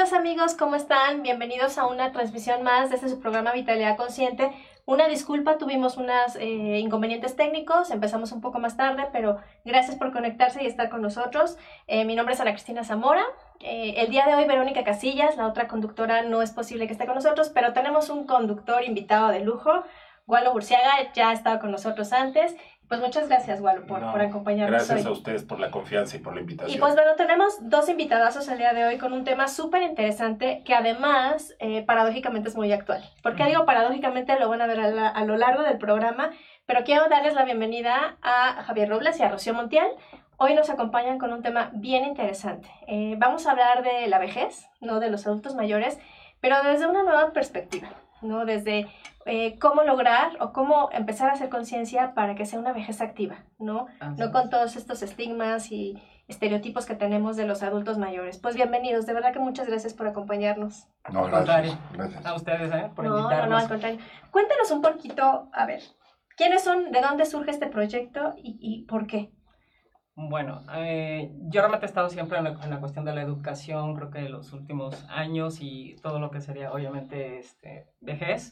Queridos amigos, ¿cómo están? Bienvenidos a una transmisión más de su programa Vitalidad Consciente. Una disculpa, tuvimos unos inconvenientes técnicos, empezamos un poco más tarde, pero gracias por conectarse y estar con nosotros. Mi nombre es Ana Cristina Zamora. El día de hoy Verónica Casillas, la otra conductora, no es posible que esté con nosotros, pero tenemos un conductor invitado de lujo, Walo Burciaga, ya ha estado con nosotros antes. Pues muchas gracias, Walo, por acompañarnos gracias hoy. A ustedes por la confianza y por la invitación. Y pues bueno, tenemos dos invitadazos el día de hoy con un tema súper interesante que además, paradójicamente, es muy actual. ¿Por qué digo paradójicamente? Lo van a ver a lo largo del programa, pero quiero darles la bienvenida a Javier Robles y a Rocío Montiel. Hoy nos acompañan con un tema bien interesante. Vamos a hablar de la vejez, no de los adultos mayores, pero desde una nueva perspectiva, ¿no? Desde cómo lograr o cómo empezar a hacer conciencia para que sea una vejez activa, ¿no? No con todos estos estigmas y estereotipos que tenemos de los adultos mayores. Pues bienvenidos, de verdad que muchas gracias por acompañarnos. No, gracias. A ustedes, por invitarnos. No, al contrario. Cuéntanos un poquito, a ver, ¿quiénes son, de dónde surge este proyecto y por qué? Bueno, yo realmente he estado siempre en la cuestión de la educación, creo que los últimos años y todo lo que sería, obviamente, vejez.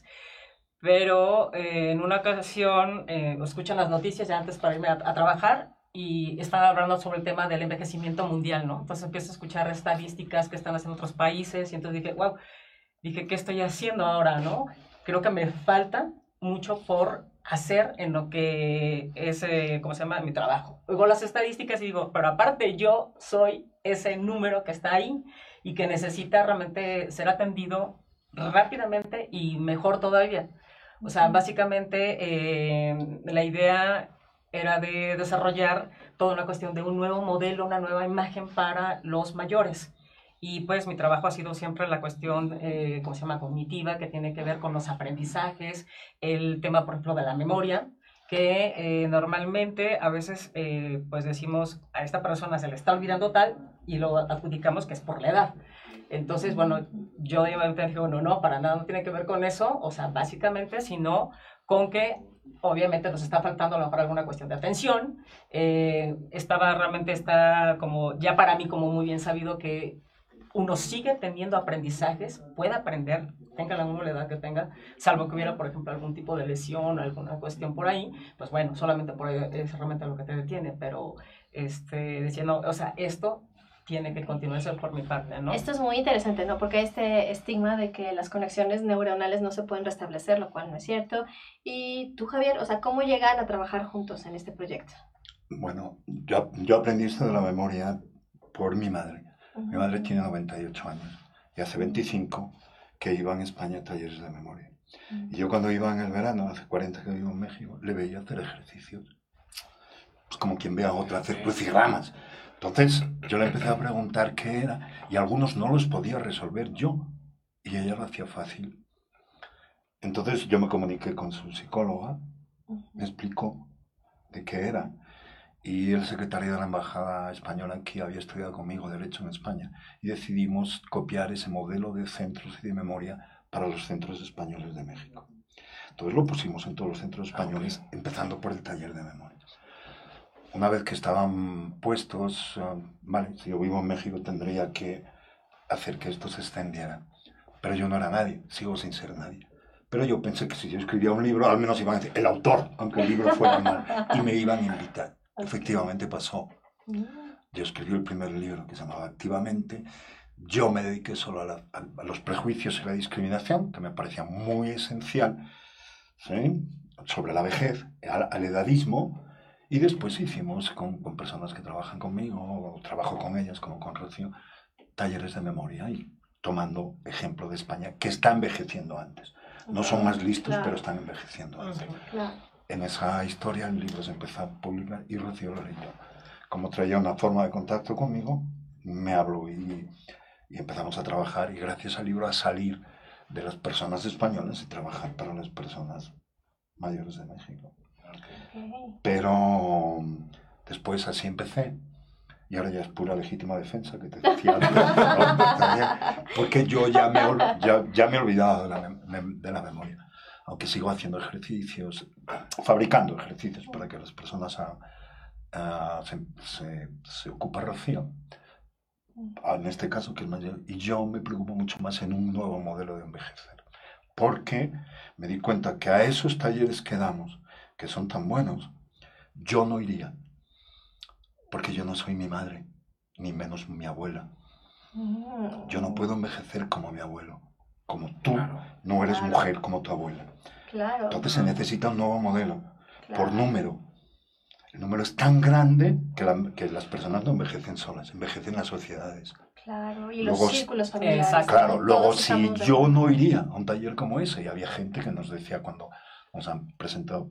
Pero en una ocasión escuchan las noticias ya antes para irme a trabajar y están hablando sobre el tema del envejecimiento mundial, ¿no? Entonces empiezo a escuchar estadísticas que están haciendo otros países y entonces dije, wow, ¿qué estoy haciendo ahora, no? Creo que me falta mucho por hacer en lo que es, mi trabajo. Oigo las estadísticas y digo, pero aparte yo soy ese número que está ahí y que necesita realmente ser atendido rápidamente y mejor todavía. O sea, básicamente la idea era de desarrollar toda una cuestión de un nuevo modelo, una nueva imagen para los mayores. Y pues mi trabajo ha sido siempre la cuestión, cognitiva, que tiene que ver con los aprendizajes, el tema, por ejemplo, de la memoria, que normalmente a veces pues decimos a esta persona se le está olvidando tal y lo adjudicamos que es por la edad. Entonces, bueno, yo de momento digo, no, para nada, no tiene que ver con eso, o sea, básicamente, sino con que obviamente nos está faltando a lo mejor alguna cuestión de atención. Está como, ya para mí como muy bien sabido que uno sigue teniendo aprendizajes, puede aprender, tenga la misma edad que tenga, salvo que hubiera, por ejemplo, algún tipo de lesión, alguna cuestión por ahí, pues bueno, solamente por ahí es realmente lo que te detiene, pero diciendo, o sea, esto tiene que continuarse por mi parte, ¿no? Esto es muy interesante, ¿no? Porque hay este estigma de que las conexiones neuronales no se pueden restablecer, lo cual no es cierto. Y tú, Javier, o sea, ¿cómo llegan a trabajar juntos en este proyecto? Bueno, yo aprendí esto de la memoria por mi madre. Mi madre tiene 98 años y hace 25 que iba en España a talleres de memoria. Y yo cuando iba en el verano, hace 40 que vivo en México, le veía hacer ejercicios. Pues como quien ve a otra hacer crucigramas. Entonces yo le empecé a preguntar qué era y algunos no los podía resolver yo y ella lo hacía fácil. Entonces yo me comuniqué con su psicóloga, me explicó de qué era. Y el secretario de la embajada española aquí había estudiado conmigo Derecho en España y decidimos copiar ese modelo de centros y de memoria para los centros españoles de México. Entonces lo pusimos en todos los centros españoles, empezando por el taller de memoria. Una vez que estaban puestos, vale, si yo vivo en México tendría que hacer que esto se extendiera. Pero yo no era nadie, sigo sin ser nadie. Pero yo pensé que si yo escribía un libro, al menos iban a decir el autor, aunque el libro fuera mal, y me iban a invitar. Efectivamente pasó. Yo escribí el primer libro que se llamaba Activamente. Yo me dediqué solo a los prejuicios y la discriminación, que me parecía muy esencial, ¿sí? Sobre la vejez, al edadismo. Y después hicimos con personas que trabajan conmigo, o trabajo con ellas, como con Rocío, talleres de memoria y tomando ejemplo de España, que está envejeciendo antes. No son más listos, pero están envejeciendo antes. En esa historia el libro se empezó a publicar y Rocío lo leyó. Como traía una forma de contacto conmigo, me habló y empezamos a trabajar y gracias al libro a salir de las personas españolas y trabajar para las personas mayores de México. Pero después así empecé y ahora ya es pura legítima defensa que te decía antes, ¿no? Porque yo ya me he olvidado de la memoria. Aunque sigo haciendo ejercicios, fabricando ejercicios para que las personas se ocupen Rocío, en este caso que es mayor, y yo me preocupo mucho más en un nuevo modelo de envejecer, porque me di cuenta que a esos talleres que damos, que son tan buenos, yo no iría, porque yo no soy mi madre, ni menos mi abuela. Yo no puedo envejecer como mi abuelo, como tú no eres mujer como tu abuela. Claro. Entonces se necesita un nuevo modelo, por Claro. número. El número es tan grande que las personas no envejecen solas, envejecen las sociedades. Claro, y Luego, los círculos familiares. exacto. Claro, Todos luego si estamos de yo acuerdo. no iría a un taller como ese, y había gente que nos decía cuando nos han presentado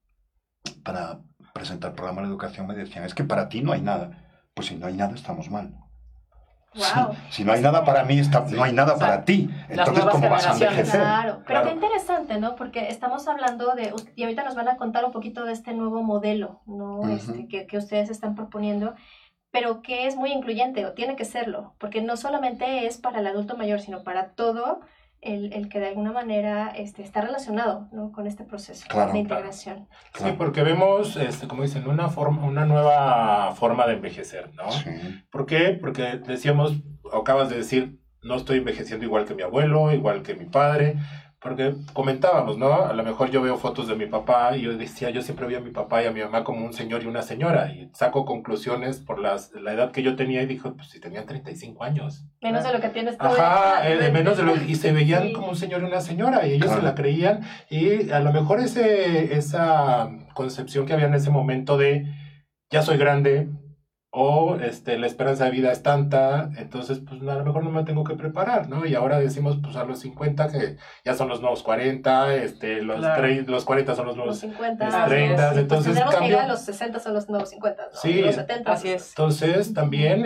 para presentar programa de educación, me decían, es que para ti no hay nada. Pues si no hay nada, estamos mal. Wow. Si no hay nada para mí, no hay nada para ti. Entonces, nuevas ¿cómo vas a generaciones. envejecer? Claro, pero Claro. qué interesante, ¿no? Porque estamos hablando y ahorita nos van a contar un poquito de este nuevo modelo, ¿no? Ujú. Que ustedes están proponiendo, pero que es muy incluyente, o tiene que serlo, porque no solamente es para el adulto mayor, sino para todo el que de alguna manera está relacionado, ¿no? Con este proceso Claro. de integración. Sí, porque vemos, como dicen, una nueva forma de envejecer, ¿no? Sí. ¿Por qué? Porque decíamos, o acabas de decir, no estoy envejeciendo igual que mi abuelo, igual que mi padre, porque comentábamos, ¿no? A lo mejor yo veo fotos de mi papá y yo decía, yo siempre vi a mi papá y a mi mamá como un señor y una señora, y saco conclusiones por la edad que yo tenía y dijo, pues si tenían 35 años. Menos de lo que tienes tú. Ajá, menos de lo y se veían Sí. como un señor y una señora y ellos Claro. se la creían y a lo mejor esa concepción que había en ese momento de ya soy grande o la esperanza de vida es tanta, entonces pues a lo mejor no me tengo que preparar, ¿no? Y ahora decimos pues a los 50 que ya son los nuevos 40, Claro. los 40 son los Los nuevos 50, los Así 30, es. entonces tendremos que cambia. llegar a los 60 son los nuevos 50, ¿no? Sí, Los 70. así es. Entonces, también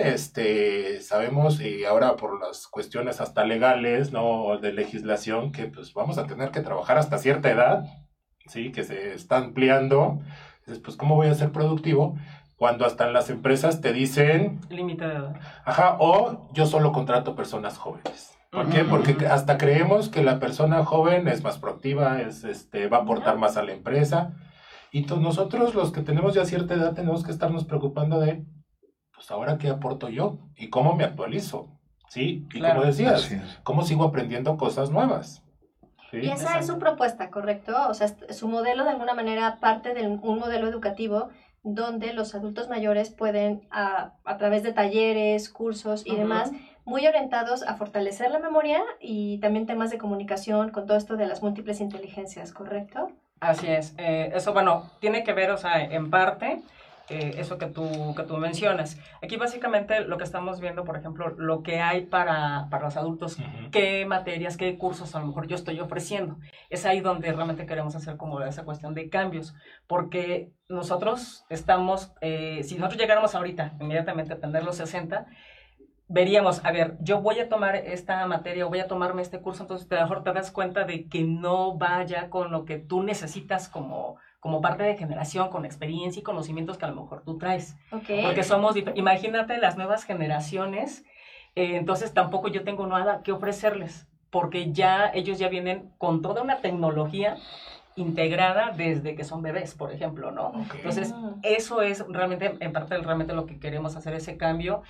sabemos, y ahora por las cuestiones hasta legales, ¿no? O de legislación, que pues vamos a tener que trabajar hasta cierta edad, ¿sí? Que se está ampliando. Entonces, pues, ¿cómo voy a ser productivo? Cuando hasta en las empresas te dicen, Límite de edad. ajá, o yo solo contrato personas jóvenes. ¿Por qué? Ujú. Porque hasta creemos que la persona joven es más proactiva, va a aportar más a la empresa. Y nosotros, los que tenemos ya cierta edad, tenemos que estarnos preocupando de, pues ahora qué aporto yo y cómo me actualizo, ¿sí? Y Claro. como decías, Así es. cómo sigo aprendiendo cosas nuevas. ¿Sí? Y esa es su propuesta, ¿correcto? O sea, su modelo de alguna manera parte de un modelo educativo donde los adultos mayores pueden, a través de talleres, cursos y Ujú. demás, muy orientados a fortalecer la memoria y también temas de comunicación con todo esto de las múltiples inteligencias, ¿correcto? Así es. Eso, bueno, tiene que ver, o sea, en parte, eso que tú mencionas. Aquí básicamente lo que estamos viendo, por ejemplo, lo que hay para los adultos, Ujú. qué materias, qué cursos a lo mejor yo estoy ofreciendo. Es ahí donde realmente queremos hacer como esa cuestión de cambios, porque nosotros estamos, si nosotros llegáramos ahorita inmediatamente a tener los 60, veríamos, a ver, yo voy a tomar esta materia o voy a tomarme este curso, entonces a lo mejor te das cuenta de que no vaya con lo que tú necesitas como parte de generación, con experiencia y conocimientos que a lo mejor tú traes. Okay. Porque imagínate las nuevas generaciones, entonces tampoco yo tengo nada que ofrecerles, porque ellos ya vienen con toda una tecnología integrada desde que son bebés, por ejemplo, ¿no? Ok. Entonces, eso es realmente, en parte, realmente lo que queremos hacer, ese cambio.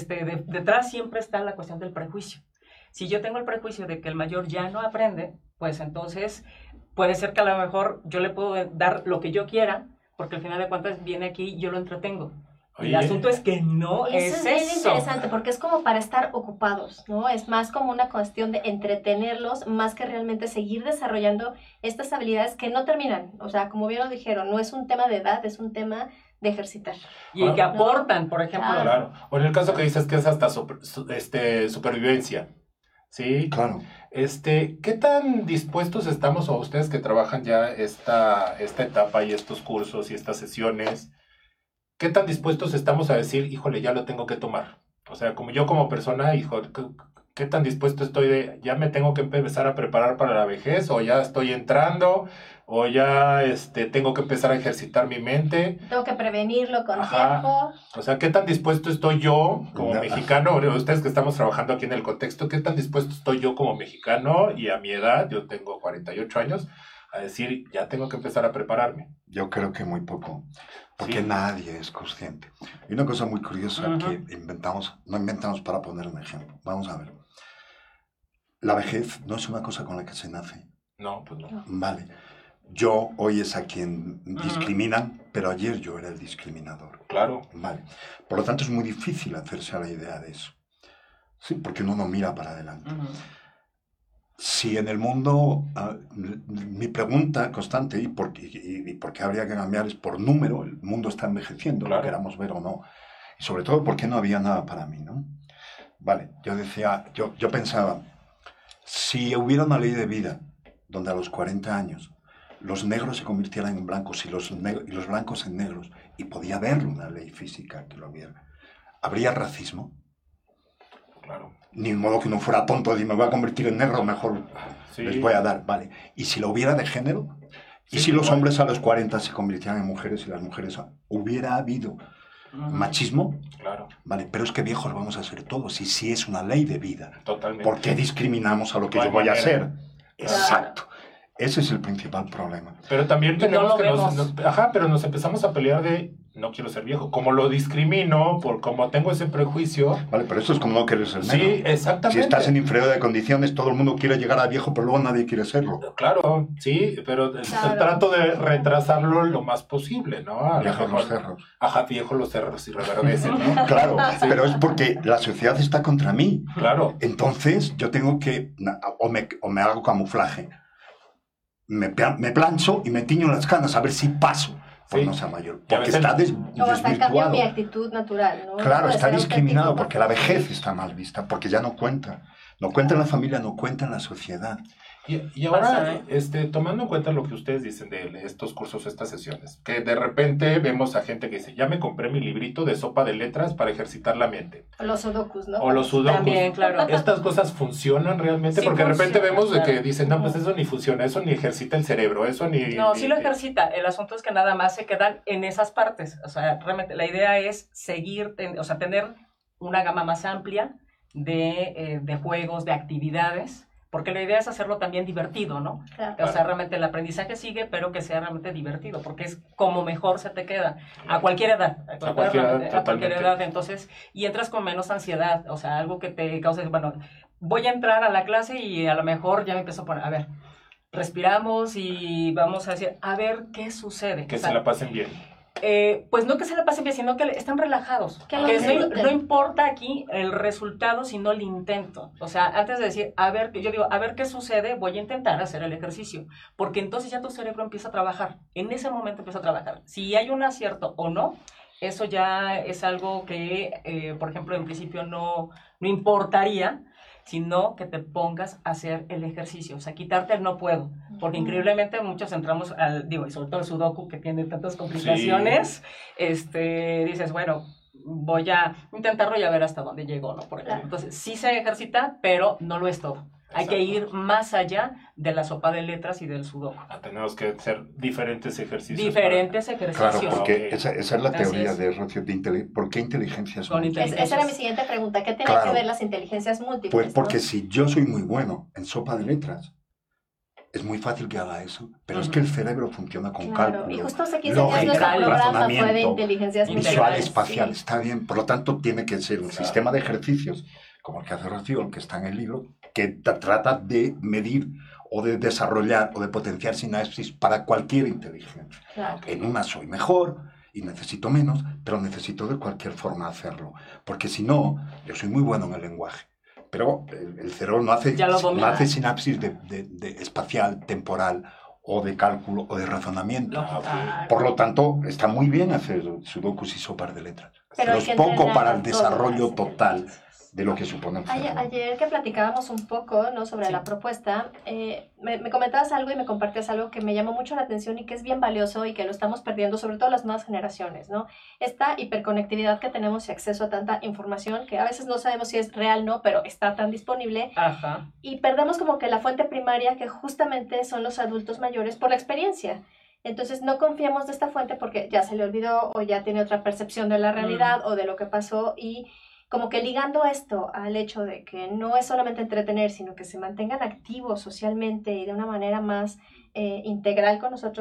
Detrás siempre está la cuestión del prejuicio. Si yo tengo el prejuicio de que el mayor ya no aprende, pues entonces puede ser que a lo mejor yo le puedo dar lo que yo quiera, porque al final de cuentas viene aquí y yo lo entretengo. Y el Oye. asunto es que no Eso es bien eso. interesante porque es como para estar ocupados, ¿no? Es más como una cuestión de entretenerlos, más que realmente seguir desarrollando estas habilidades que no terminan. O sea, como bien lo dijeron, no es un tema de edad, es un tema de ejercitar. Y que aportan, por ejemplo. Claro. O en el caso que dices que es hasta supervivencia, ¿sí? Claro. ¿Qué tan dispuestos estamos, o ustedes que trabajan ya esta etapa y estos cursos y estas sesiones, qué tan dispuestos estamos a decir, híjole, ya lo tengo que tomar? O sea, como yo como persona, híjole, ¿qué tan dispuesto estoy de, ya me tengo que empezar a preparar para la vejez, o ya estoy entrando, o ya tengo que empezar a ejercitar mi mente? Tengo que prevenirlo con Ajá. tiempo. O sea, ¿qué tan dispuesto estoy yo como No. mexicano? Ustedes que estamos trabajando aquí en el contexto, ¿qué tan dispuesto estoy yo como mexicano y a mi edad, yo tengo 48 años, a decir, ya tengo que empezar a prepararme? Yo creo que muy poco. porque Sí. nadie es consciente. Y una cosa muy curiosa Ujú. que no inventamos para poner un ejemplo. Vamos a ver. La vejez no es una cosa con la que se nace. No, pues no. Vale. Yo hoy es a quien Ujú. discriminan, pero ayer yo era el discriminador. Claro. Vale. Por lo tanto, es muy difícil hacerse a la idea de eso. Sí, porque uno no mira para adelante. Ujú. Si en el mundo, mi pregunta constante, y por qué habría que cambiar, es por número, el mundo está envejeciendo, Claro. lo queramos ver o no. Y sobre todo, ¿por qué no había nada para mí, no? Vale, yo decía, yo pensaba, si hubiera una ley de vida donde a los 40 años los negros se convirtieran en blancos y los blancos en negros, y podía haber una ley física que lo hubiera, ¿habría racismo? Claro. Ni de modo que uno fuera tonto y me voy a convertir en negro, mejor Sí. les voy a dar, vale. ¿Y si lo hubiera de género? ¿Y Sí, si los igual. hombres a los 40 se convirtieran en mujeres y las mujeres hubiera habido Ujú. machismo? Claro. Vale, pero es que viejos vamos a ser todos y si es una ley de vida, Totalmente. ¿por qué discriminamos a lo que No hay yo voy a manera. ser? Exacto. Ese es el principal problema. Pero también Y tenemos no lo que vemos. ajá, pero nos empezamos a pelear de no quiero ser viejo. Como lo discrimino, como tengo ese prejuicio. Vale, pero eso es como no querer ser Sí, negro. exactamente. Si estás en inferioridad de condiciones, todo el mundo quiere llegar a viejo, pero luego nadie quiere serlo. Claro, sí, pero Claro. trato de retrasarlo lo más posible, ¿no? A lo Viejos los mejor- cerros. Ajá, viejo los cerros y reverdecen, ¿no? Claro, Sí. pero es porque la sociedad está contra mí. Claro, Entonces yo tengo que, o me hago camuflaje, me plancho y me tiño las canas a ver si paso por Sí. no ser mayor. Y a Porque veces- está O hasta cambio desvirtuado. mi actitud natural, ¿no? Claro, De está ser discriminado auténtico, porque la vejez está mal vista, porque ya no cuenta. No cuenta en la familia, no cuenta en la sociedad. y ahora, Pasa, tomando en cuenta lo que ustedes dicen de estos cursos, estas sesiones, que de repente vemos a gente que dice, ya me compré mi librito de sopa de letras para ejercitar la mente. O los sudokus, ¿no? O los sudokus. También, claro. ¿Estas cosas funcionan realmente? Sí Porque de repente funciona, vemos de que claro. dicen, no, pues Ujú. eso ni funciona, eso ni ejercita el cerebro, eso ni... No, ni- sí lo ejercita. El asunto es que nada más se quedan en esas partes. O sea, realmente la idea es seguir, o sea, tener una gama más amplia de juegos, de actividades, porque la idea es hacerlo también divertido, ¿no? Claro. O sea, realmente el aprendizaje sigue, pero que sea realmente divertido, porque es como mejor se te queda, a cualquier edad, cualquier edad, a cualquier totalmente. edad, entonces, y entras con menos ansiedad, o sea, algo que te cause, bueno, voy a entrar a la clase y a lo mejor ya me empiezo a poner, a ver, respiramos y vamos a decir, a ver qué sucede. Que O sea, se la pasen bien. pues no que se la pasen bien, sino que están relajados. Que lo Que disfruten. no importa aquí el resultado, sino el intento. O sea, antes de decir, a ver, yo digo, a ver qué sucede, voy a intentar hacer el ejercicio. Porque entonces ya tu cerebro empieza a trabajar. En ese momento empieza a trabajar. Si hay un acierto o no, eso ya es algo que, por ejemplo, en principio no importaría, sino que te pongas a hacer el ejercicio, o sea, quitarte el no puedo, porque increíblemente muchos entramos al, y sobre todo el sudoku que tiene tantas complicaciones, dices, bueno, voy a intentarlo y a ver hasta dónde llego, ¿no? Por ejemplo. Claro. Entonces, sí se ejercita, pero no lo es todo. Hay que ir más allá de la sopa de letras y del sudoku. Tenemos que hacer diferentes ejercicios. Diferentes Claro, ejercicios. porque Ok. esa es la Así teoría es. de Rocio de ¿por qué inteligencia es Con múltiple? Esa era mi siguiente pregunta. ¿Qué tienen Claro. que ver las inteligencias múltiples? Pues porque ¿no? si yo soy muy bueno en sopa de letras, es muy fácil que haga eso, pero es que el cerebro funciona con Claro, cálculo, y justo hace 15 días lógica, nuestro programa fue de razonamiento, inteligencias visual, visual, múltiples. espacial, Sí. está bien. Por lo tanto, tiene que ser un Claro. sistema de ejercicios, como el que hace Rocío, el que está en el libro, que trata de medir o de desarrollar o de potenciar sinapsis para cualquier inteligencia. Claro. En una soy mejor y necesito menos, pero necesito de cualquier forma hacerlo. Porque si no, yo soy muy bueno en el lenguaje, pero el cerebro no hace, Ya lo domina. no hace sinapsis de espacial, temporal, o de cálculo, o de razonamiento. Ah, Por lo tanto, está muy bien hacer sudokus y sopas de letras, pero hay es que poco entrenar para el todas desarrollo las total inteligencias. de lo que supone el cerebro. Ayer que platicábamos un poco, ¿no?, sobre Sí. la propuesta, me comentabas algo y me compartías algo que me llamó mucho la atención y que es bien valioso y que lo estamos perdiendo, sobre todo las nuevas generaciones, ¿no? Esta hiperconectividad que tenemos y acceso a tanta información que a veces no sabemos si es real o no, pero está tan disponible Ajá. y perdemos como que la fuente primaria que justamente son los adultos mayores por la experiencia. Entonces no confiamos de esta fuente porque ya se le olvidó o ya tiene otra percepción de la realidad o de lo que pasó y como que ligando esto al hecho de que no es solamente entretener, sino que se mantengan activos socialmente y de una manera más integral con nosotros,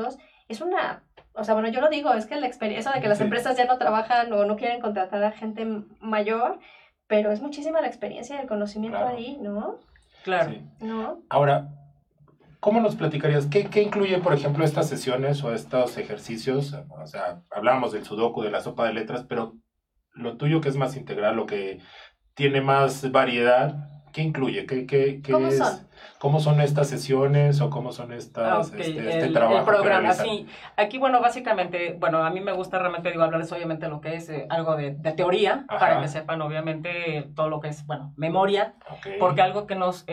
es una, o sea, bueno, yo lo digo, es que la experiencia de que las Sí. empresas ya no trabajan o no quieren contratar a gente mayor, pero es muchísima la experiencia y el conocimiento Claro. ahí, ¿no? Claro. Sí. ¿No? Ahora, ¿cómo nos platicarías? ¿Qué incluye, por ejemplo, estas sesiones o estos ejercicios? O sea, hablábamos del sudoku, de la sopa de letras, pero lo tuyo que es más integral, lo que tiene más variedad, ¿qué incluye? ¿Qué ¿Cómo es? son? ¿Cómo son estas sesiones o cómo son estas, Ok, este el trabajo que programa, realizan? sí. Aquí, bueno, básicamente, bueno, a mí me gusta realmente, digo, hablarles obviamente lo que es algo de teoría, Ajá. para que sepan, obviamente, todo lo que es, bueno, memoria, Ok. porque algo que nos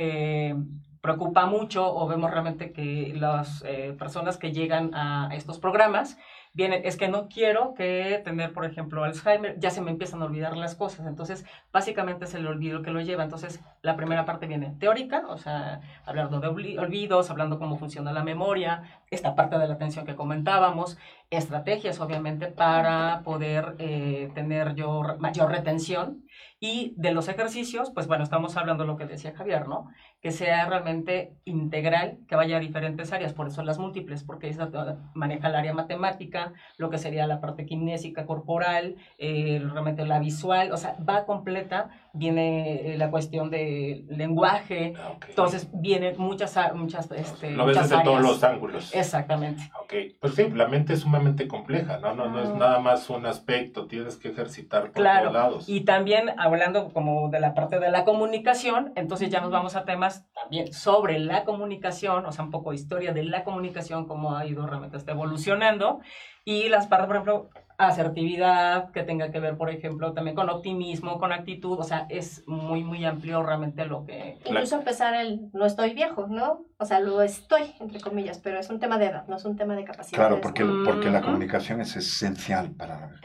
preocupa mucho o vemos realmente que las personas que llegan a estos programas vienen, es que no quiero que tener, por ejemplo, Alzheimer, ya se me empiezan a olvidar las cosas, entonces básicamente es el olvido que lo lleva, entonces la primera parte viene teórica, o sea, hablando de olvidos, hablando cómo funciona la memoria, esta parte de la atención que comentábamos, estrategias obviamente para poder tener mayor retención, y de los ejercicios, pues bueno, estamos hablando de lo que decía Javier, ¿no? Que sea realmente integral, que vaya a diferentes áreas, por eso las múltiples, porque esa maneja el área matemática, lo que sería la parte kinésica corporal, realmente la visual, o sea, va completa, viene la cuestión del lenguaje, Ok. entonces vienen muchas Lo ves muchas desde todos áreas. los ángulos. Exactamente. Ok, pues sí, la mente es sumamente compleja, ¿no? No es nada más un aspecto, tienes que ejercitar por Claro, todos lados. y también hablando como de la parte de la comunicación, entonces ya nos vamos a temas también sobre la comunicación, o sea, un poco historia de la comunicación, cómo ha ido realmente evolucionando, y las partes, por ejemplo, asertividad, que tenga que ver, por ejemplo, también con optimismo, con actitud, o sea, es muy, muy amplio realmente lo que... Incluso empezar el no estoy viejo, ¿no? O sea, lo estoy, entre comillas, pero es un tema de edad, no es un tema de capacidad. Claro, porque la Ujú. comunicación es esencial para la vejez.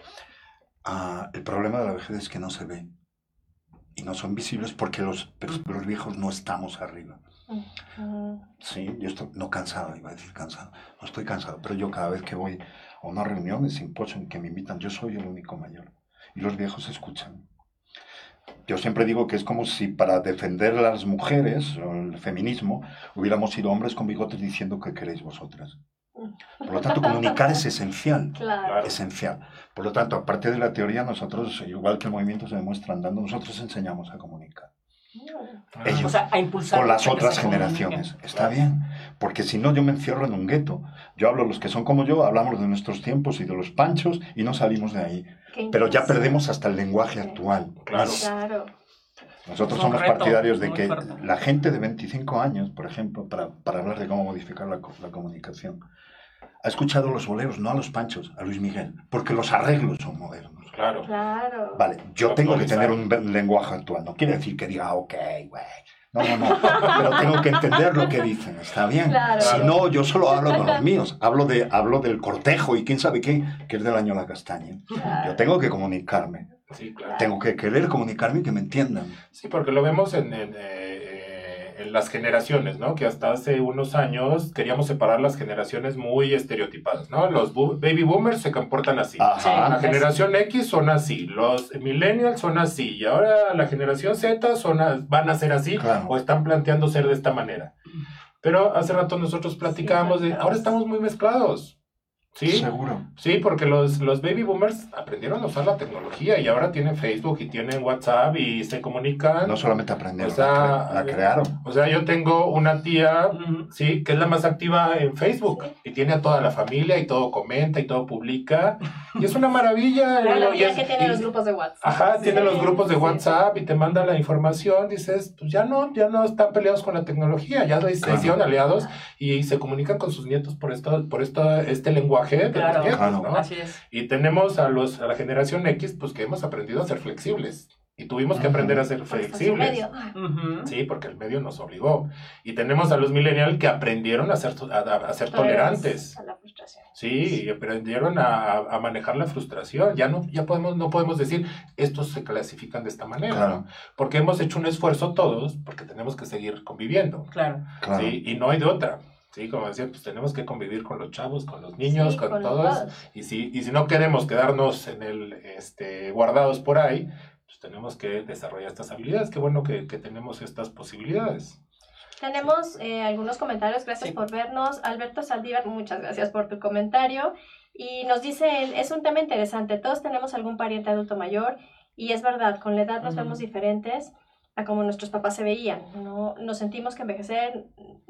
El problema de la vejez es que no se ve y no son visibles porque los viejos no estamos arriba. Sí, yo estoy, no cansado, iba a decir cansado, no estoy cansado, pero yo cada vez que voy a una reunión, simposio que me invitan, yo soy el único mayor y los viejos escuchan. Yo siempre digo que es como si para defender a las mujeres, o el feminismo, hubiéramos sido hombres con bigotes diciendo que queréis vosotras. Por lo tanto, comunicar es esencial. Claro. Esencial. Por lo tanto, aparte de la teoría, nosotros, igual que el movimiento se demuestra andando, nosotros enseñamos a comunicar. Ellos, O sea, a impulsar con las que otras se generaciones. comuniquen. Está bien, porque si no yo me encierro en un gueto. Yo hablo, los que son como yo, hablamos de nuestros tiempos y de los panchos y no salimos de ahí. Pero ya perdemos hasta el lenguaje actual. Claro. Claro. Nosotros Es un somos reto partidarios de muy que fuerte. la gente de 25 años, por ejemplo, para hablar de cómo modificar la comunicación, ha escuchado los boleros, no a los panchos, a Luis Miguel, porque los arreglos son modernos. Claro. Claro. Vale, yo tengo que tener un lenguaje actual, no quiere decir que diga, ok, güey. No, pero tengo que entender lo que dicen, está bien. Claro. Si no, yo solo hablo con los míos, hablo del cortejo y quién sabe qué, que es del año La Castaña. Claro. Yo tengo que comunicarme, Sí, claro. tengo que querer comunicarme y que me entiendan. Sí, porque lo vemos en las generaciones, ¿no? Que hasta hace unos años queríamos separar las generaciones muy estereotipadas, ¿no? Los baby boomers se comportan así. Ajá. La generación X son así, los millennials son así, y ahora la generación Z van a ser así, Claro. o están planteando ser de esta manera. Pero hace rato nosotros platicábamos de, ahora estamos muy mezclados. ¿Sí? Seguro. Sí, porque los baby boomers aprendieron a usar la tecnología y ahora tienen Facebook y tienen WhatsApp y se comunican. No solamente aprendieron, O sea, la crearon. O sea, yo tengo una tía, Ujú. sí, que es la más activa en Facebook y tiene a toda la familia y todo comenta y todo publica y es una maravilla. Claro, y ya es- que tiene y- los grupos de WhatsApp. Ajá, tiene Sí, los grupos de sí. WhatsApp y te manda la información, dices, pues ya no están peleados con la tecnología, ya se Claro. hicieron aliados y se comunican con sus nietos por este lenguaje de Claro. los nietos, Claro. ¿no? Así es. Y tenemos a la generación X, pues que hemos aprendido a ser flexibles y tuvimos que aprender a ser Por estar en flexibles. medio. Ujú. Sí, porque el medio nos obligó. Y tenemos a los millennials que aprendieron a ser tolerantes. A la frustración. Sí, y aprendieron a manejar la frustración. No podemos decir, estos se clasifican de esta manera. Claro. Porque hemos hecho un esfuerzo todos, porque tenemos que seguir conviviendo. Claro. Claro. ¿Sí? Y no hay de otra. Sí, como decía, pues tenemos que convivir con los chavos, con los niños, Sí, con todos. Y si no queremos quedarnos guardados por ahí, pues tenemos que desarrollar estas habilidades. Qué bueno que tenemos estas posibilidades. Tenemos algunos comentarios, gracias Sí. por vernos. Alberto Saldívar, muchas gracias por tu comentario. Y nos dice él, es un tema interesante, todos tenemos algún pariente adulto mayor y es verdad, con la edad nos vemos diferentes a como nuestros papás se veían, ¿no? No sentimos que envejecer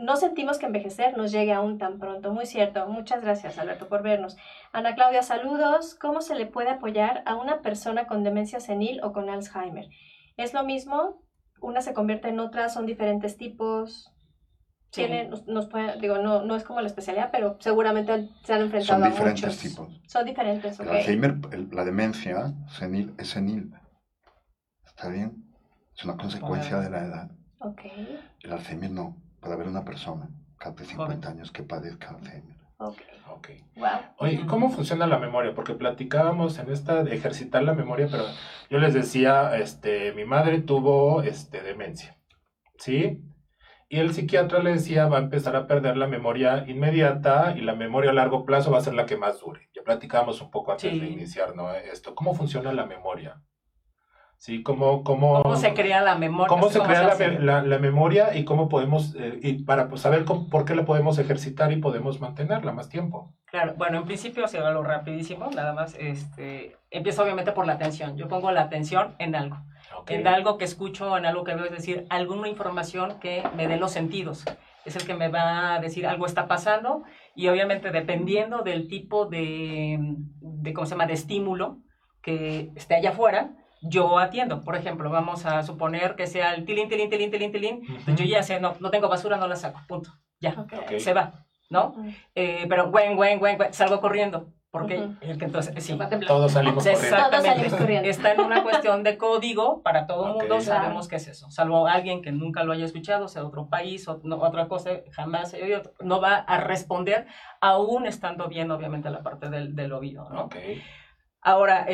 nos llegue aún tan pronto, muy cierto. Muchas gracias, Alberto, por vernos. Ana Claudia, saludos. ¿Cómo se le puede apoyar a una persona con demencia senil o con Alzheimer? ¿Es lo mismo? ¿Una se convierte en otra? ¿Son diferentes tipos? Sí. No es como la especialidad, pero seguramente se han enfrentado Son a diferentes muchos. tipos. Son diferentes, El ok. Alzheimer, la demencia senil es senil. ¿Está bien? Es una consecuencia de la edad. Ok, El Alzheimer no. Puede haber una persona de 50 años que padezca Alzheimer. ok. Ok. Wow. Oye, ¿y cómo funciona la memoria? Porque platicábamos en esta de ejercitar la memoria, pero yo les decía, mi madre tuvo demencia, ¿sí? Y el psiquiatra le decía, va a empezar a perder la memoria inmediata y la memoria a largo plazo va a ser la que más dure. Ya platicábamos un poco antes de iniciar, ¿no? ¿Cómo funciona la memoria? ¿Sí? ¿Cómo se crea la memoria? ¿Cómo se crea hace? la memoria y cómo podemos, y para saber por qué la podemos ejercitar y podemos mantenerla más tiempo? Claro, bueno, en principio, si hablo rapidísimo, nada más, empiezo obviamente por la atención. Yo pongo la atención en algo. Okay. En algo que escucho, en algo que veo, es decir, alguna información que me dé los sentidos. Es el que me va a decir algo está pasando y obviamente dependiendo del tipo ¿cómo se llama?, de estímulo que esté allá afuera, yo atiendo. Por ejemplo, vamos a suponer que sea el tilín, tilín, tilín, tilín, tilín. Entonces yo ya sé, no tengo basura, no la saco, punto. Ya, Ok. se va, ¿no? Pero güen, salgo corriendo. Porque entonces, sí. Todos salimos corriendo. Todos salimos Exactamente. corriendo. Está en una cuestión de código para todo el mundo, Ok. sabemos qué es eso. Salvo alguien que nunca lo haya escuchado, sea de otro país, o otra cosa, jamás se oído, no va a responder, aún estando bien, obviamente, la parte del oído, ¿no? Ok. Ahora,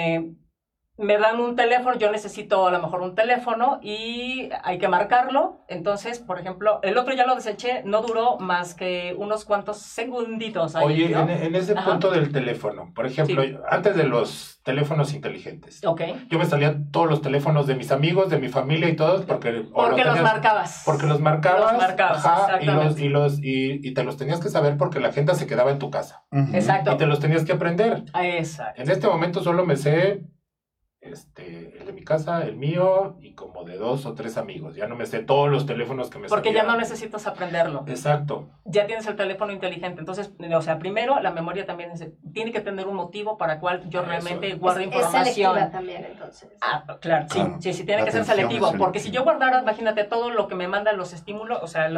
me dan un teléfono, yo necesito a lo mejor un teléfono y hay que marcarlo. Entonces, por ejemplo, el otro ya lo deseché, no duró más que unos cuantos segunditos ahí, Oye, ¿no? en ese Ajá. punto del teléfono, por ejemplo, Sí. antes de los teléfonos inteligentes, Ok. yo me salía todos los teléfonos de mis amigos, de mi familia y todos, porque Los marcabas. porque los marcabas, Los marcabas, ajá, exactamente. y te los tenías que saber porque la agenda se quedaba en tu casa. Exacto. Y te los tenías que aprender. Exacto. En este momento solo me sé el de mi casa, el mío, y como de 2 o 3 amigos. Ya no me sé todos los teléfonos que me Porque ya sabía. no necesitas aprenderlo. Exacto. Ya tienes el teléfono inteligente. Entonces, o sea, primero la memoria también tiene que tener un motivo para el cual yo Eso. realmente guardo Es información. selectiva también, entonces. Ah, claro, sí, Claro. sí, tiene La que ser atención selectivo, es porque si selectiva. yo guardara, imagínate, todo lo que me mandan los estímulos, o sea,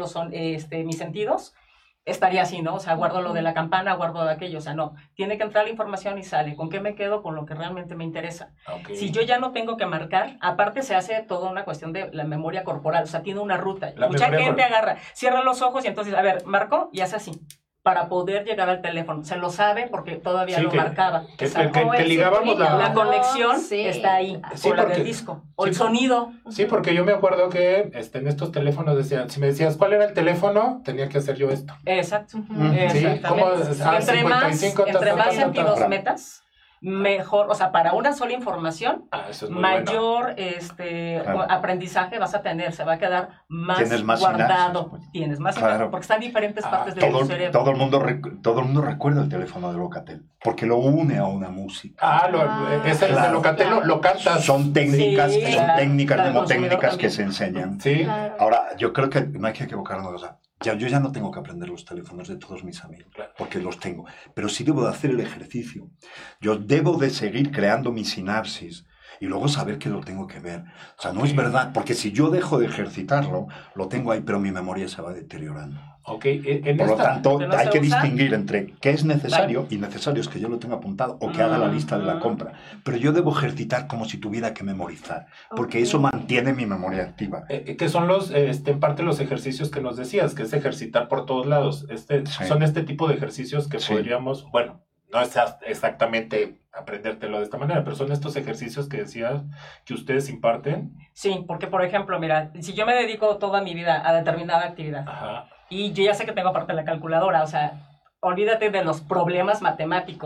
mis sentidos, estaría así, ¿no? O sea, guardo lo de la campana, guardo de aquello, o sea, no, tiene que entrar la información y sale. ¿Con qué me quedo? Con lo que realmente me interesa. Ok. Si yo ya no tengo que marcar, aparte se hace toda una cuestión de la memoria corporal, o sea, tiene una ruta. La Mucha memoria gente corporal. agarra, cierra los ojos y entonces, a ver, marco y hace así, para poder llegar al teléfono. Se lo sabe porque todavía Sí, lo marcaba. que Exacto. ligábamos La conexión Sí. está ahí, Sí, o la porque- del disco, o sí, el sonido. Sí, porque yo me acuerdo que en estos teléfonos decían, si me decías cuál era el teléfono, tenía que hacer yo esto. Exacto. Sí, ¿cómo? Exactamente. Ah, 55, entre más ta. sentidos metas, mejor, o sea, para una sola información, Ah, eso es muy bueno. mayor Claro. aprendizaje vas a tener, se va a quedar más Tienes más guardado, sinapsis, pues. tienes más Claro. sinapsis, porque están diferentes Ah, partes de Todo, tu cerebro. todo el mundo recuerda el teléfono de Locatel, porque lo une a una música. Ese Claro. Locatel lo cantas. Son técnicas, Sí, son claro. técnicas La del mnemotécnicas consumidor que se enseñan. Sí. Claro. Ahora, yo creo que no hay que equivocarnos. O sea, yo ya no tengo que aprender los teléfonos de todos mis amigos, Claro. porque los tengo. Pero sí debo de hacer el ejercicio. Yo debo de seguir creando mi sinapsis y luego saber que lo tengo que ver. O sea, no es verdad, porque si yo dejo de ejercitarlo, lo tengo ahí, pero mi memoria se va deteriorando. Ok, en Por lo esta... tanto, que no hay se que usa. distinguir entre qué es necesario y necesario es que yo lo tenga apuntado o que haga la lista de la compra. Pero yo debo ejercitar como si tuviera que memorizar, porque eso mantiene mi memoria activa. que son en parte los ejercicios que nos decías, que es ejercitar por todos lados. Sí. Son este tipo de ejercicios que Sí. podríamos, bueno, no es exactamente aprendértelo de esta manera, pero son estos ejercicios que decías que ustedes imparten. Sí, porque por ejemplo, mira, si yo me dedico toda mi vida a determinada actividad Ajá. y yo ya sé que tengo aparte la calculadora, o sea, olvídate de los problemas matemáticos. O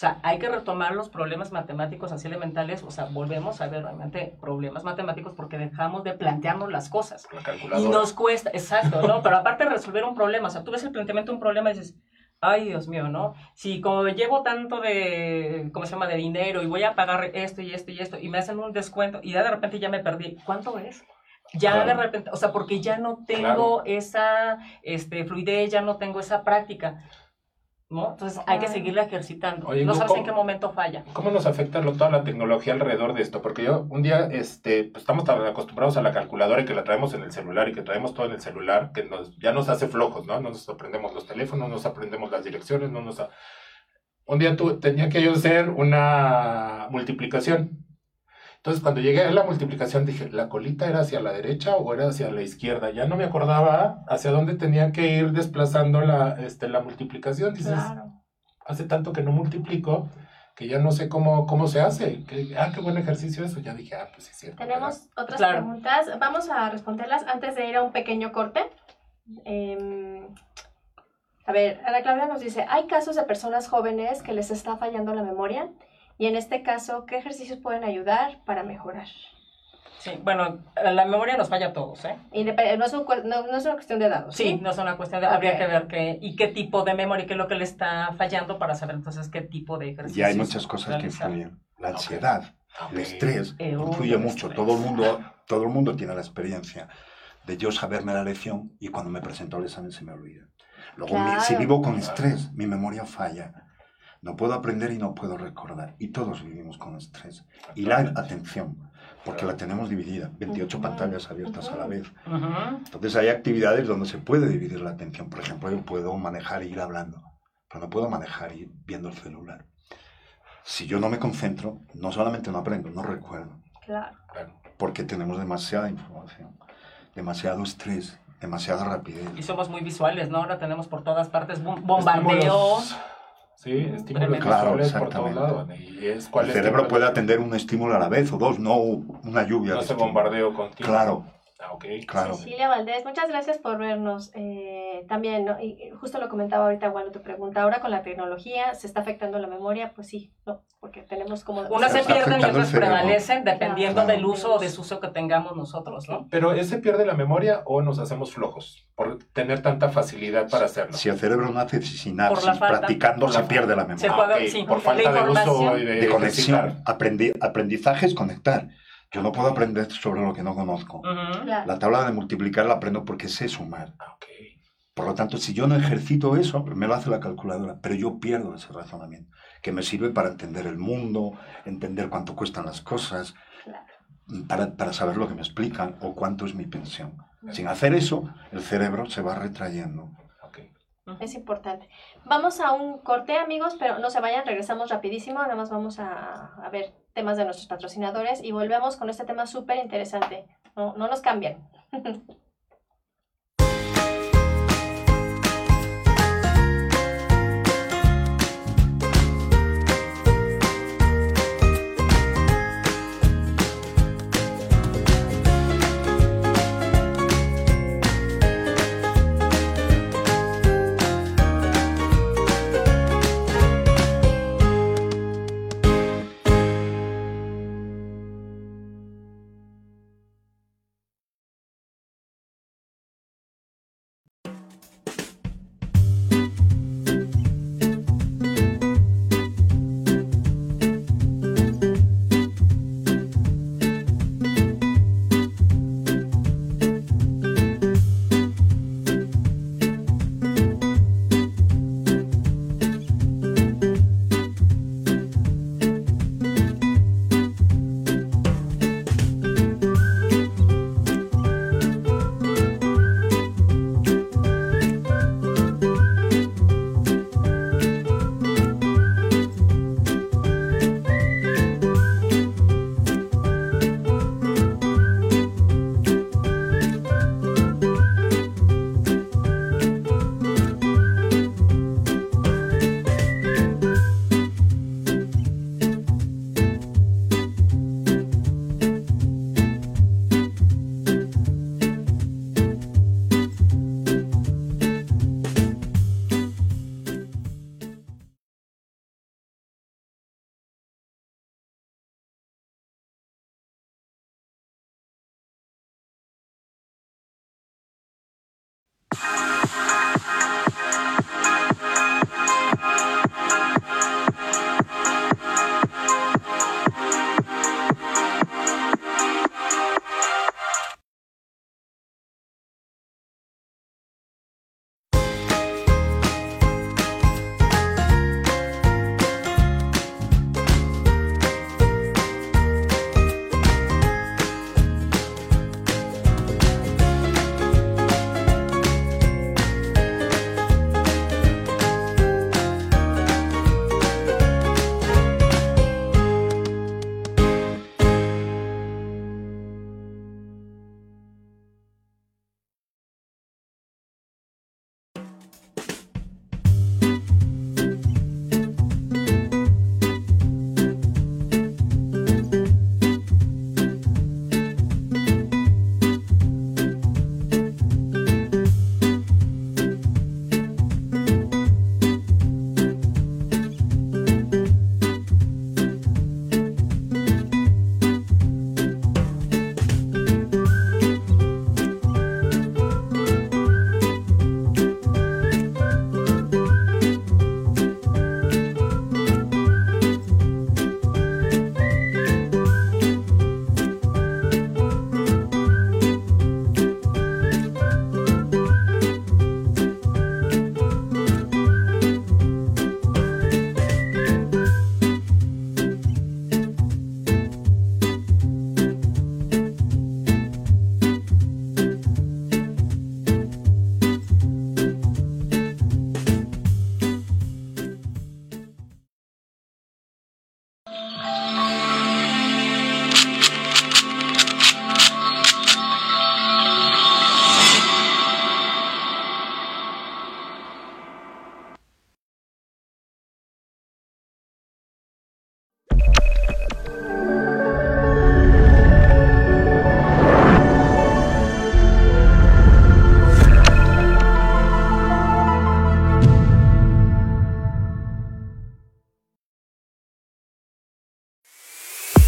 sea, hay que retomar los problemas matemáticos así elementales, o sea, volvemos a ver realmente problemas matemáticos porque dejamos de plantearnos las cosas. La Y calculadora. nos cuesta, exacto, ¿no? Pero aparte de resolver un problema, o sea, tú ves el planteamiento de un problema y dices, ay, Dios mío, ¿no? Si como llevo tanto de, ¿cómo se llama?, de dinero y voy a pagar esto y esto y esto y me hacen un descuento y ya de repente ya me perdí, ¿cuánto es? Ya Claro. de repente, o sea, porque ya no tengo esa fluidez, ya no tengo esa práctica, ¿no? Entonces hay que seguirla ejercitando. Oye, No sabes ¿cómo- en qué momento falla. ¿Cómo nos afecta toda la tecnología alrededor de esto? Porque yo un día, pues estamos tan acostumbrados a la calculadora y que la traemos en el celular y que traemos todo en el celular, que ya nos hace flojos, ¿no? No nos aprendemos los teléfonos, no nos aprendemos las direcciones, Un día tenía que yo hacer una multiplicación. Entonces, cuando llegué a la multiplicación, dije, ¿la colita era hacia la derecha o era hacia la izquierda? Ya no me acordaba hacia dónde tenía que ir desplazando la multiplicación. Dices, Claro. hace tanto que no multiplico que ya no sé cómo se hace. Qué buen ejercicio eso. Ya dije, pues sí, es cierto. Tenemos otras Claro. preguntas. Vamos a responderlas antes de ir a un pequeño corte. A ver, Ana Claudia nos dice, hay casos de personas jóvenes que les está fallando la memoria y en este caso, ¿qué ejercicios pueden ayudar para mejorar? Sí, bueno, la memoria nos falla a todos, ¿eh? No es una cuestión de dados. Sí, no es una cuestión de... Ok. Habría que ver qué tipo de memoria, qué es lo que le está fallando para saber entonces qué tipo de ejercicio. Y hay muchas cosas que influyen. La ansiedad, el estrés, influye mucho. Todo el mundo tiene la experiencia de yo saberme la lección y cuando me presento al examen se me olvida. Luego, Claro. si vivo con estrés, mi memoria falla. No puedo aprender y no puedo recordar. Y todos vivimos con estrés. Y la atención, porque la tenemos dividida, 28 pantallas abiertas a la vez. Ujú. Entonces hay actividades donde se puede dividir la atención. Por ejemplo, yo puedo manejar e ir hablando, pero no puedo manejar e ir viendo el celular. Si yo no me concentro, no solamente no aprendo, no recuerdo, Claro. Claro. porque tenemos demasiada información, demasiado estrés, demasiada rapidez. Y somos muy visuales, ¿no? Ahora tenemos por todas partes bombardeos. Estímulos, sí, estímulos Tremendo. Claro, visuales por todos exactamente. lados. Y El cerebro estímulo? puede atender un estímulo a la vez o dos, no una lluvia No de se estímulos. bombardeo continuo. Claro, Ok. claro. Cecilia Valdés, muchas gracias por vernos. También, ¿no? Y justo lo comentaba ahorita, Walo, tu pregunta, ahora con la tecnología, ¿se está afectando la memoria? Pues sí, no, porque tenemos como... Unas se está pierden y afectando el otras cerebro. prevalecen dependiendo Claro. del uso o desuso que tengamos nosotros, ¿no? Pero ¿ese pierde la memoria o nos hacemos flojos por tener tanta facilidad para hacerlo? Si el cerebro nace sin Por la sinapsis, falta. practicando, Por la se pierde la Se memoria. puede- ok, sí, por la falta de uso información y De de conexión. Aprendizaje es conectar. Yo no puedo aprender sobre lo que no conozco. Ujú. Claro. La tabla de multiplicar la aprendo porque sé sumar. Ok. Por lo tanto, si yo no ejercito eso, me lo hace la calculadora, pero yo pierdo ese razonamiento, que me sirve para entender el mundo, entender cuánto cuestan las cosas, Claro. para saber lo que me explican o cuánto es mi pensión. Sin hacer eso, el cerebro se va retrayendo. Ok. Es importante. Vamos a un corte, amigos, pero no se vayan, regresamos rapidísimo. Nada más vamos a ver temas de nuestros patrocinadores y volvemos con este tema súper interesante. No nos cambien.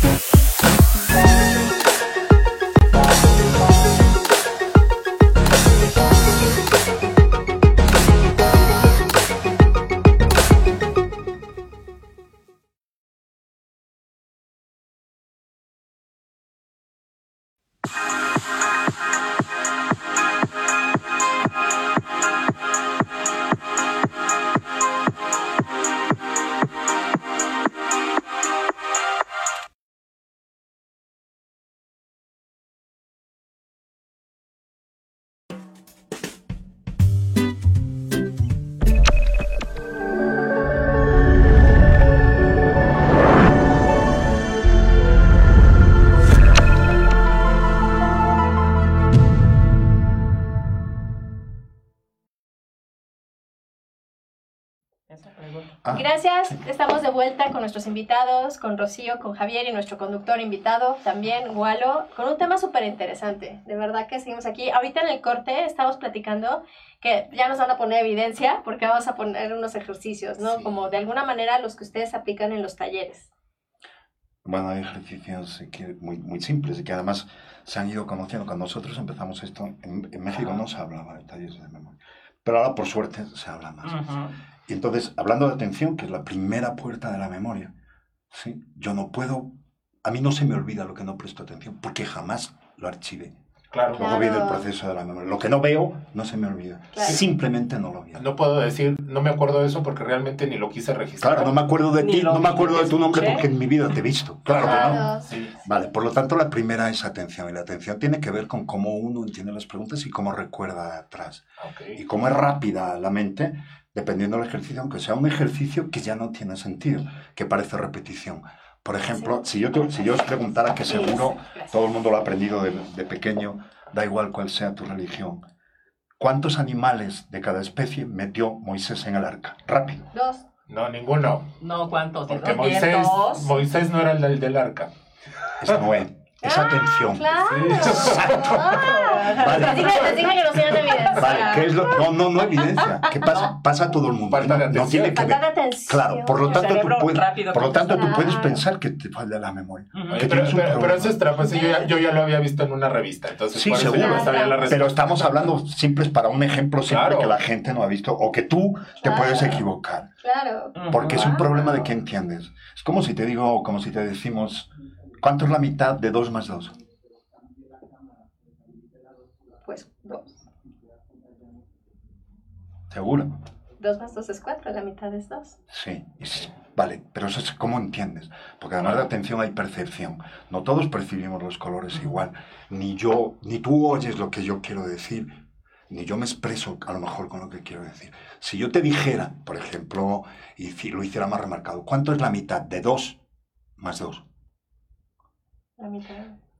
Gracias, estamos de vuelta con nuestros invitados, con Rocío, con Javier y nuestro conductor invitado también, Walo, con un tema súper interesante. De verdad que seguimos aquí. Ahorita en el corte estamos platicando que ya nos van a poner evidencia porque vamos a poner unos ejercicios, ¿no? Sí. Como de alguna manera los que ustedes aplican en los talleres. Bueno, hay ejercicios muy simples y que además se han ido conociendo. Cuando nosotros empezamos esto, en México no se hablaba de talleres de memoria, pero ahora por suerte se habla más. Y entonces, hablando de atención, que es la primera puerta de la memoria, ¿sí? Yo no puedo, a mí no se me olvida lo que no presto atención, porque jamás lo archivé. Claro. Luego viene el proceso de la memoria. Lo que no veo, no se me olvida. Claro. Simplemente no lo veo. No puedo decir, no me acuerdo de eso porque realmente ni lo quise registrar. Claro, no me acuerdo de Ni ti, lo no me vi, acuerdo de tu nombre escuché. porque en mi vida te he visto. Claro que no. Claro. Sí. Vale, por lo tanto, la primera es atención. Y la atención tiene que ver con cómo uno entiende las preguntas y cómo recuerda atrás. Ok. Y cómo es rápida la mente, dependiendo del ejercicio, aunque sea un ejercicio que ya no tiene sentido, que parece repetición. Por ejemplo, si yo os preguntara, que seguro todo el mundo lo ha aprendido de pequeño, da igual cuál sea tu religión, ¿cuántos animales de cada especie metió Moisés en el arca? Rápido. 2. No, ninguno. No, ¿cuántos? Porque ¿200? Moisés no era el del arca. Es Noé. Es atención. Claro. Exacto. Vale. Les dije que no sean evidencia. Vale, ¿qué es lo? No evidencia. ¿Qué pasa? Pasa a todo el mundo. Falta de No atención. tiene que Falta ver. de atención. Claro, por lo tanto tú cerebro puedes, rápido Claro. pensar que te falta la memoria. Ujú. Que Pero, tienes un pero problema. eso es trampa, sí, yo ya lo había visto en una revista, entonces Sí, por eso seguro. yo no sabía la respuesta. Pero estamos hablando simples para un ejemplo simple Claro. que la gente no ha visto o que tú te Claro. puedes equivocar. Claro. Porque es un Wow. problema de que entiendes. Es como si te digo, como si te decimos, ¿cuánto es la mitad de 2 más 2? Pues 2. ¿Seguro? 2 más 2 es 4, la mitad es 2. Sí, vale, pero eso es cómo entiendes, porque además de atención hay percepción. No todos percibimos los colores igual, ni tú oyes lo que yo quiero decir, ni yo me expreso a lo mejor con lo que quiero decir. Si yo te dijera, por ejemplo, y lo hiciera más remarcado, ¿cuánto es la mitad de 2 más 2? La mitad.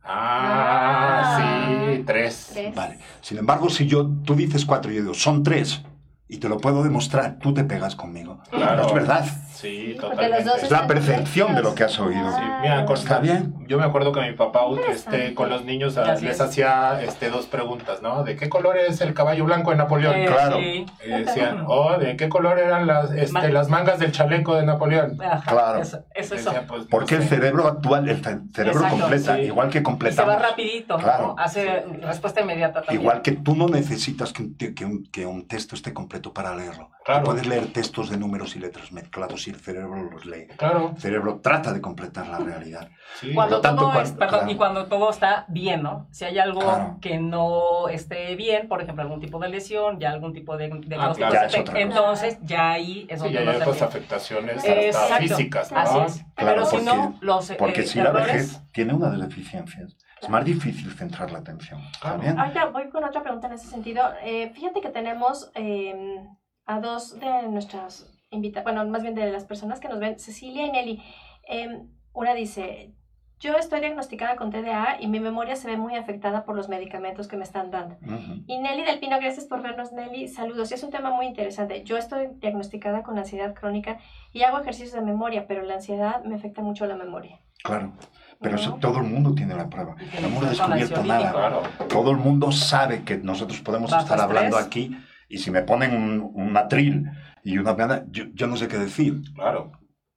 Sí, 3. 3. Vale, sin embargo, si tú dices 4 y yo digo, son 3, y te lo puedo demostrar, tú te pegas conmigo. Claro. No es verdad. Sí, Porque los dos totalmente. Es la están percepción de lo que has conectados. oído. Sí, Claro. mira, ¿Está bien? yo me acuerdo que mi papá Interesante. con los niños Así les es. hacía 2 preguntas, ¿no? ¿De qué color es el caballo blanco de Napoleón? Claro. Sí. Decían, ¿de qué color eran las mangas del chaleco de Napoleón? Ajá, Claro. Eso. Decían, pues, no Porque el sé. cerebro actual, el cerebro Exacto, completa, sí. igual que Y se completamos. va rapidito, Claro. ¿no? Hace respuesta inmediata también. Igual que tú no necesitas que un texto esté completo para leerlo. Claro. Tú puedes leer textos de números y letras mezclados y el cerebro los lee. Claro, El cerebro trata de completar la realidad. sí. Cuando Por lo tanto, todo cuando- es, perdón, claro. y cuando todo está bien, ¿no? Si hay algo Claro. que no esté bien, por ejemplo, algún tipo de lesión, ya algún tipo de claro. Ya es otra cosa. entonces ya ahí es Sí, donde ya no hay está otras bien. afectaciones Exacto. hasta físicas, ¿no? Así es. Claro, Pero si porque- no, los Porque si la errores... vejez tiene una de las deficiencias, es más difícil centrar la atención. ¿Está Claro. bien? Ahorita voy con otra pregunta en ese sentido. Fíjate que tenemos a 2 de nuestras invitadas, bueno, más bien de las personas que nos ven, Cecilia y Nelly. Una dice, yo estoy diagnosticada con TDA y mi memoria se ve muy afectada por los medicamentos que me están dando. Ujú. Y Nelly del Pino, gracias por vernos, Nelly. Saludos. Y es un tema muy interesante. Yo estoy diagnosticada con ansiedad crónica y hago ejercicios de memoria, pero la ansiedad me afecta mucho la memoria. Claro. Pero eso ¿No? todo el mundo tiene la prueba. Y No tiene hemos que ver con descubierto ansiolítico. nada. Claro. Todo el mundo sabe que nosotros podemos Bajo estar hablando estrés. aquí y si me ponen un atril y una piana, yo no sé qué decir. Claro.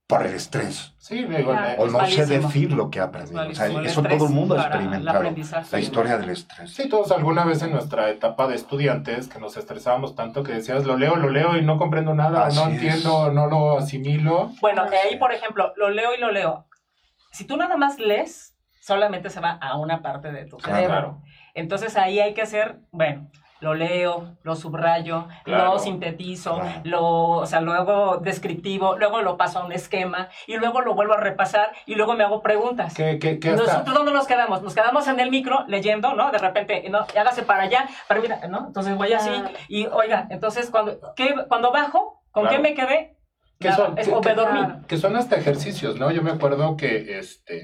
por el estrés. Sí, digo, Claro. O Es no sé malísimo. decir lo que he Es aprendido. O malísimo sea, el eso estrés todo el mundo ha para el experimentado. aprendizaje. La historia del estrés. sí, todos alguna vez en nuestra etapa de estudiantes que nos estresábamos tanto que decías, lo leo y no comprendo nada, Así no es. entiendo, no lo asimilo. Bueno, ahí, por ejemplo, lo leo y lo leo. Si tú nada más lees, solamente se va a una parte de tu cerebro. Claro. Entonces ahí hay que hacer, bueno, lo leo, lo subrayo, Claro. lo sintetizo, Claro. luego descriptivo, luego lo paso a un esquema y luego lo vuelvo a repasar y luego me hago preguntas. ¿Qué hasta? ¿Nosotros dónde nos quedamos? Nos quedamos en el micro leyendo, ¿no? De repente, no, hágase para allá, para mira, ¿no? Entonces voy así y, oiga, entonces cuando bajo, ¿con Claro. qué me quedé? ¿Qué Nada, son? o me dormí. Que son hasta ejercicios, ¿no? Yo me acuerdo que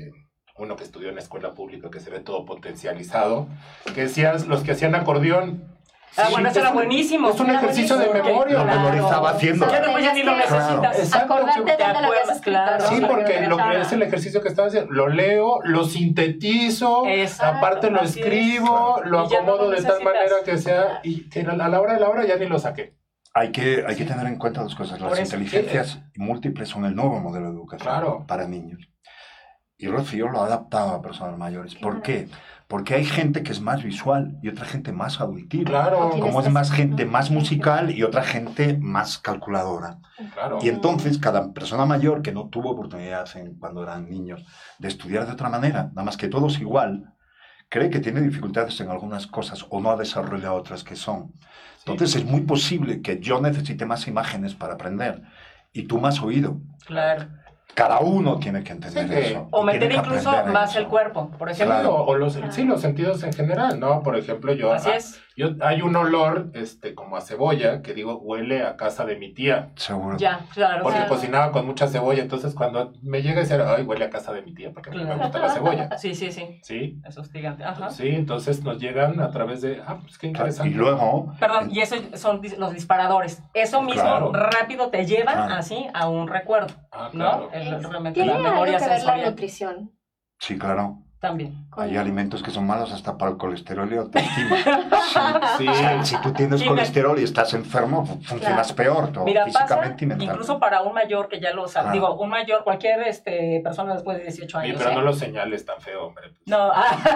uno que estudió en la escuela pública, que se ve todo potencializado, que decías, los que hacían acordeón. Bueno, eso era buenísimo. Es un Era ejercicio de buenísimo. memoria. Lo memorizaba haciendo. Ya después ya ni lo necesitas. Exacto, Acordarte que- dónde lo habías Te escrito. acuerdas, Sí, ¿no? porque lo que Ajá. es el ejercicio que estaba haciendo, lo leo, lo sintetizo, Exacto, aparte lo así es. lo Y ya no acomodo lo de tal necesitas. manera que sea, y que a la hora de la hora ya ni lo saqué. Hay que tener en cuenta dos cosas. Por Las eso, inteligencias múltiples son el nuevo modelo de educación Claro. para niños. Y Rocío lo ha adaptado a personas mayores. ¿Por Claro. qué? Porque hay gente que es más visual y otra gente más auditiva. Claro, Ok. Como es más gente más musical y otra gente más calculadora. claro. Y entonces cada persona mayor que no tuvo oportunidad cuando eran niños de estudiar de otra manera, nada más que todos igual, cree que tiene dificultades en algunas cosas o no ha desarrollado otras que son. Entonces es muy posible que yo necesite más imágenes para aprender y tú más oído. Claro. Cada uno tiene que entender Sí, que- eso. O y meter tiene que incluso aprender en más eso. el cuerpo, por Sí, ejemplo. o los sentidos en general, ¿no? Por ejemplo, Así es. hay un olor como a cebolla que digo, huele a casa de mi tía. Seguro. Ya, claro. Porque Claro. cocinaba con mucha cebolla, entonces cuando me llega a decir, ay, huele a casa de mi tía, porque a mí me Claro. gusta la cebolla. Sí, sí, sí. ¿Sí? Es hostigante. Ajá. Sí, entonces nos llegan a través de, pues qué interesante. Y luego, Perdón, y eso son los disparadores. Eso mismo Claro. rápido te lleva Claro. así a un recuerdo, Ah, ¿no? claro. Realmente ¿Tiene la algo memoria que ver la sensorial nutrición? sí, claro, también. con- hay alimentos que son malos hasta para el colesterol y la autoestima. Sí, O sea, si tú tienes Sí, colesterol y estás enfermo, funcionas peor, todo, Mira, pasa físicamente y mentalmente. incluso para un mayor que ya lo sabe. Claro. Digo, un mayor, cualquier persona después de 18 Oye, años. pero ¿eh? no lo señales tan feo, hombre. No,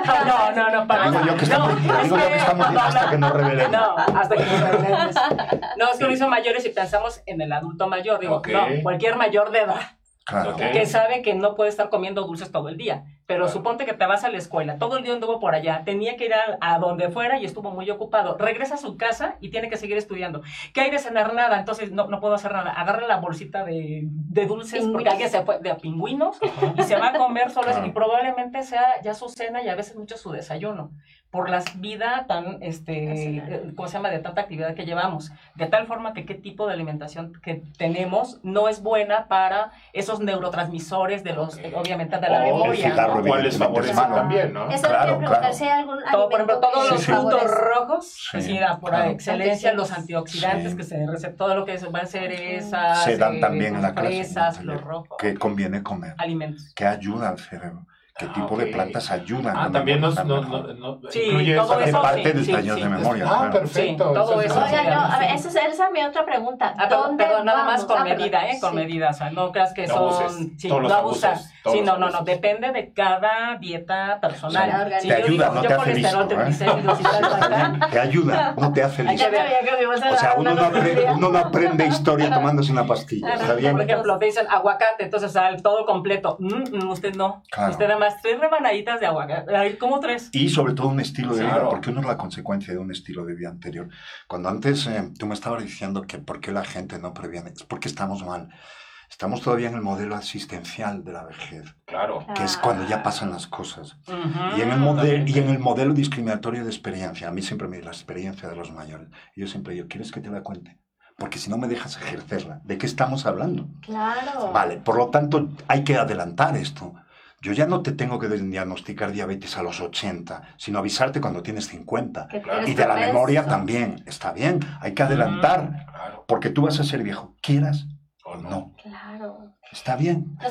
no, para Digo nada. yo que estamos, No, digo es yo que estamos bien hasta que nos revelemos. No, hasta que nos revelemos. No, es que lo hizo mayores y pensamos en el adulto mayor. Digo, Ok. no, cualquier mayor de edad Claro. Ok. que sabe que no puede estar comiendo dulces todo el día. Pero Claro. suponte que te vas a la escuela, todo el día anduvo por allá, tenía que ir a donde fuera y estuvo muy ocupado. Regresa a su casa y tiene que seguir estudiando. ¿Qué hay de cenar? Nada, entonces no puedo hacer nada. Agarra la bolsita de dulces porque Pingüinos. alguien se fue de pingüinos y se va a comer solo eso. Y probablemente sea ya su cena y a veces mucho su desayuno. Por la vida tan, ¿cómo se llama? De tanta actividad que llevamos. De tal forma que qué tipo de alimentación que tenemos no es buena para esos neurotransmisores de los, obviamente, de la O el memoria. cigarro, ¿no? ¿Cuáles evidentemente favorecen es malo. también, no? Eso Claro, quiero preguntar claro. si hay algún Todo, por ejemplo, alimento todos que los sí. frutos favorece. rojos, Sí, es decir, por claro. excelencia, los Antioxidantes. antioxidantes Sí. que se recetan, todo lo que van a ser esas, Se dan también en la clase, fresas, ¿no? los rojos, Que conviene comer, alimentos. que ayuda al cerebro, qué Ah, tipo ok. de plantas ayudan. a También nos memorizar mejor. Sí, incluye todo eso. Es eso, parte sí, del sí, taller sí. de memoria. Ah, claro. perfecto. Sí, todo es- eso. Oigan, yo, a ver, esa es mi otra pregunta. ¿Dónde Perdón, nada más vamos? con Perdón. medida, con Sí. medida, o sea, no creas que No son, abuses, sí, todos los no abusos, abusar, todos sí, los no, abusos. depende de cada dieta personal. Cada Si organismo. yo Te ayuda, digo, no yo te hace colesterol, listo, ¿eh? triglicéridos y tal, tal, tal, Te ayuda, no te hace Hay que listo. ver. O sea, uno no aprende historia tomándose una pastilla, ¿está Por bien? ejemplo, te dicen aguacate, entonces, o sea, el todo completo. Usted no. Claro. Usted nada más 3 rebanaditas de aguacate. Ay, ¿cómo 3? Y sobre todo un estilo de vida, Claro. porque uno es la consecuencia de un estilo de vida anterior. Cuando antes tú me estabas diciendo que por qué la gente no previene, es porque estamos mal. Estamos todavía en el modelo asistencial de la vejez, Claro. que es cuando ya pasan las cosas. Y en, totalmente. el modelo discriminatorio de experiencia, a mí siempre me dice la experiencia de los mayores. Y yo siempre digo, ¿quieres que te la cuente? Porque si no me dejas ejercerla, ¿de qué estamos hablando? Claro. Vale, por lo tanto, hay que adelantar esto. Yo ya no te tengo que diagnosticar diabetes a los 80, sino avisarte cuando tienes 50. Que Claro. eres Y de la propenso. memoria también. Está bien, hay que adelantar. Claro. Porque tú vas a ser viejo, quieras ¿O o no? no. Claro. Está bien. Nos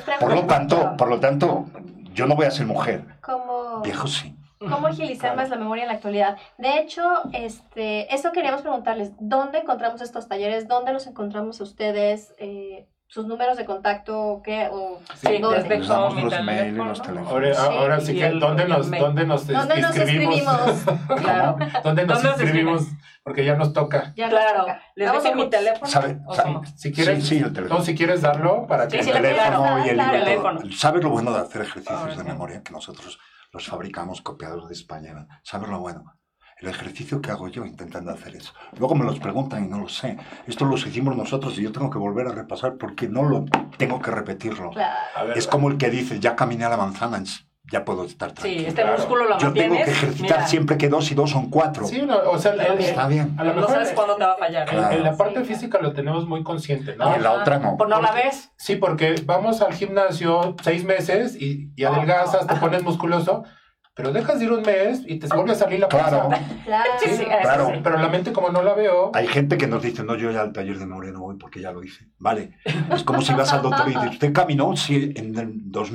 Por lo tanto, yo no voy a ser mujer. ¿Cómo, Viejo sí. cómo agilizar Claro. más la memoria en la actualidad? De hecho, eso queríamos preguntarles. ¿Dónde encontramos estos talleres? ¿Dónde los encontramos a ustedes? sus números de contacto, ¿qué? O, Sí, ¿dónde? desde Les damos mi los mails y teléfono, los ¿no? teléfonos. Ahora Sí, sí y que, el ¿dónde nos mail. ¿Dónde nos inscribimos? Claro. ¿Dónde nos ¿Dónde nos inscribimos? Porque ya nos toca. Ya nos Claro, toca. les Vamos dejo a mi ir teléfono. ¿Sabe? ¿O ¿Sabe? cómo? Si quieres, Sí, el teléfono. no, si quieres darlo para que Sí, El sí, teléfono claro, y el claro. libro. Teléfono. ¿Sabes lo bueno de hacer ejercicios Ah, de ok. memoria? Que nosotros los fabricamos copiados de España. ¿Sabes lo bueno? El ejercicio que hago yo intentando hacer eso. Luego me los preguntan y no lo sé. Esto lo hicimos nosotros y yo tengo que volver a repasar porque no lo tengo que repetirlo. Claro. A ver, Es como el que dice, ya caminé a la manzana, ya puedo estar tranquilo. Sí, este Claro. músculo lo Yo tengo mantienes. que ejercitar mira, siempre que 2 y 2 son 4. sí, no, o sea, Está bien. a lo no mejor sabes cuándo te va a fallar. Claro. en la parte Sí. física lo tenemos muy consciente, ¿no? Y en la otra no. Pues no la ves. Sí, porque vamos al gimnasio 6 meses y adelgazas, te pones musculoso, pero dejas de ir un mes y te vuelve a salir la panza. Claro. Claro. Sí, sí, eso Claro. sí. Pero la mente, como no la veo, Hay gente que nos dice, no, yo ya al taller de memoria no voy porque ya lo hice. Vale, es como si vas al doctor y dices, ¿usted caminó? Sí, en el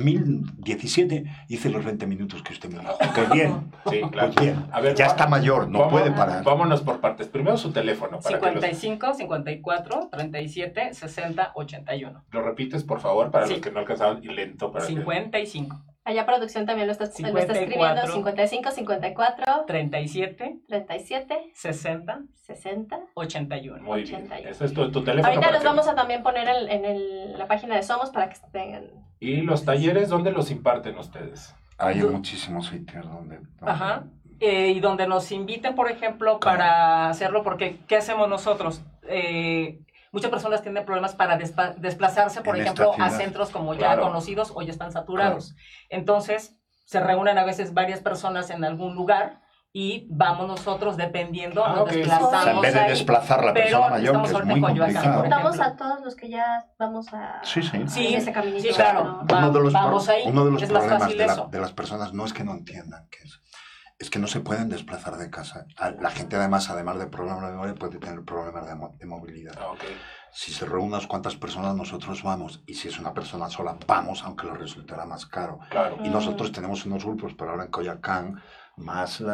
2017 hice los 20 minutos que usted me dijo. Pues bien, sí, claro. pues bien. A ver, Ya está mayor, no vamos- puede parar. Vámonos por partes. Primero su teléfono, para que 55, 54, 37, 60, 81. lo repites, por favor, para Sí. los que no alcanzaron y lento para que... 55, Allá producción también lo está escribiendo. 54. 55, 54, 37, 37, 60, 60. 81. Muy bien. 81. Ese es tu teléfono. Ahorita para los que- vamos a también poner la página de Somos para que tengan. ¿Y los talleres dónde los imparten ustedes? Hay muchísimos sitios donde... Ajá. Y donde nos inviten, por ejemplo, para hacerlo, porque ¿qué hacemos nosotros? Muchas personas tienen problemas para desplazarse, por En ejemplo, esta a ciudad. centros como ya Claro. conocidos o ya están saturados. Entonces, se reúnen a veces varias personas en algún lugar y vamos nosotros, dependiendo, Ah, nos ok. O sea, en desplazamos vez de ahí. desplazar la pero persona mayor, estamos que es ahorita muy en Coyoacán, complicado. por ejemplo. Juntamos a todos los que ya vamos a. Sí, sí. Sí, a ese caminito. sí, claro. ¿no? Va- Uno de los, vamos ahí, uno de los es más problemas fácil de, eso. de las personas no es que no entiendan qué es que no se pueden desplazar de casa. La gente además de problemas de memoria, puede tener problemas de movilidad. Ah, ok. Si se reúnen unas cuantas personas, nosotros vamos. Y si es una persona sola, vamos, aunque le resultará más caro. Claro. Y nosotros tenemos unos grupos, pero ahora en Coyoacán, más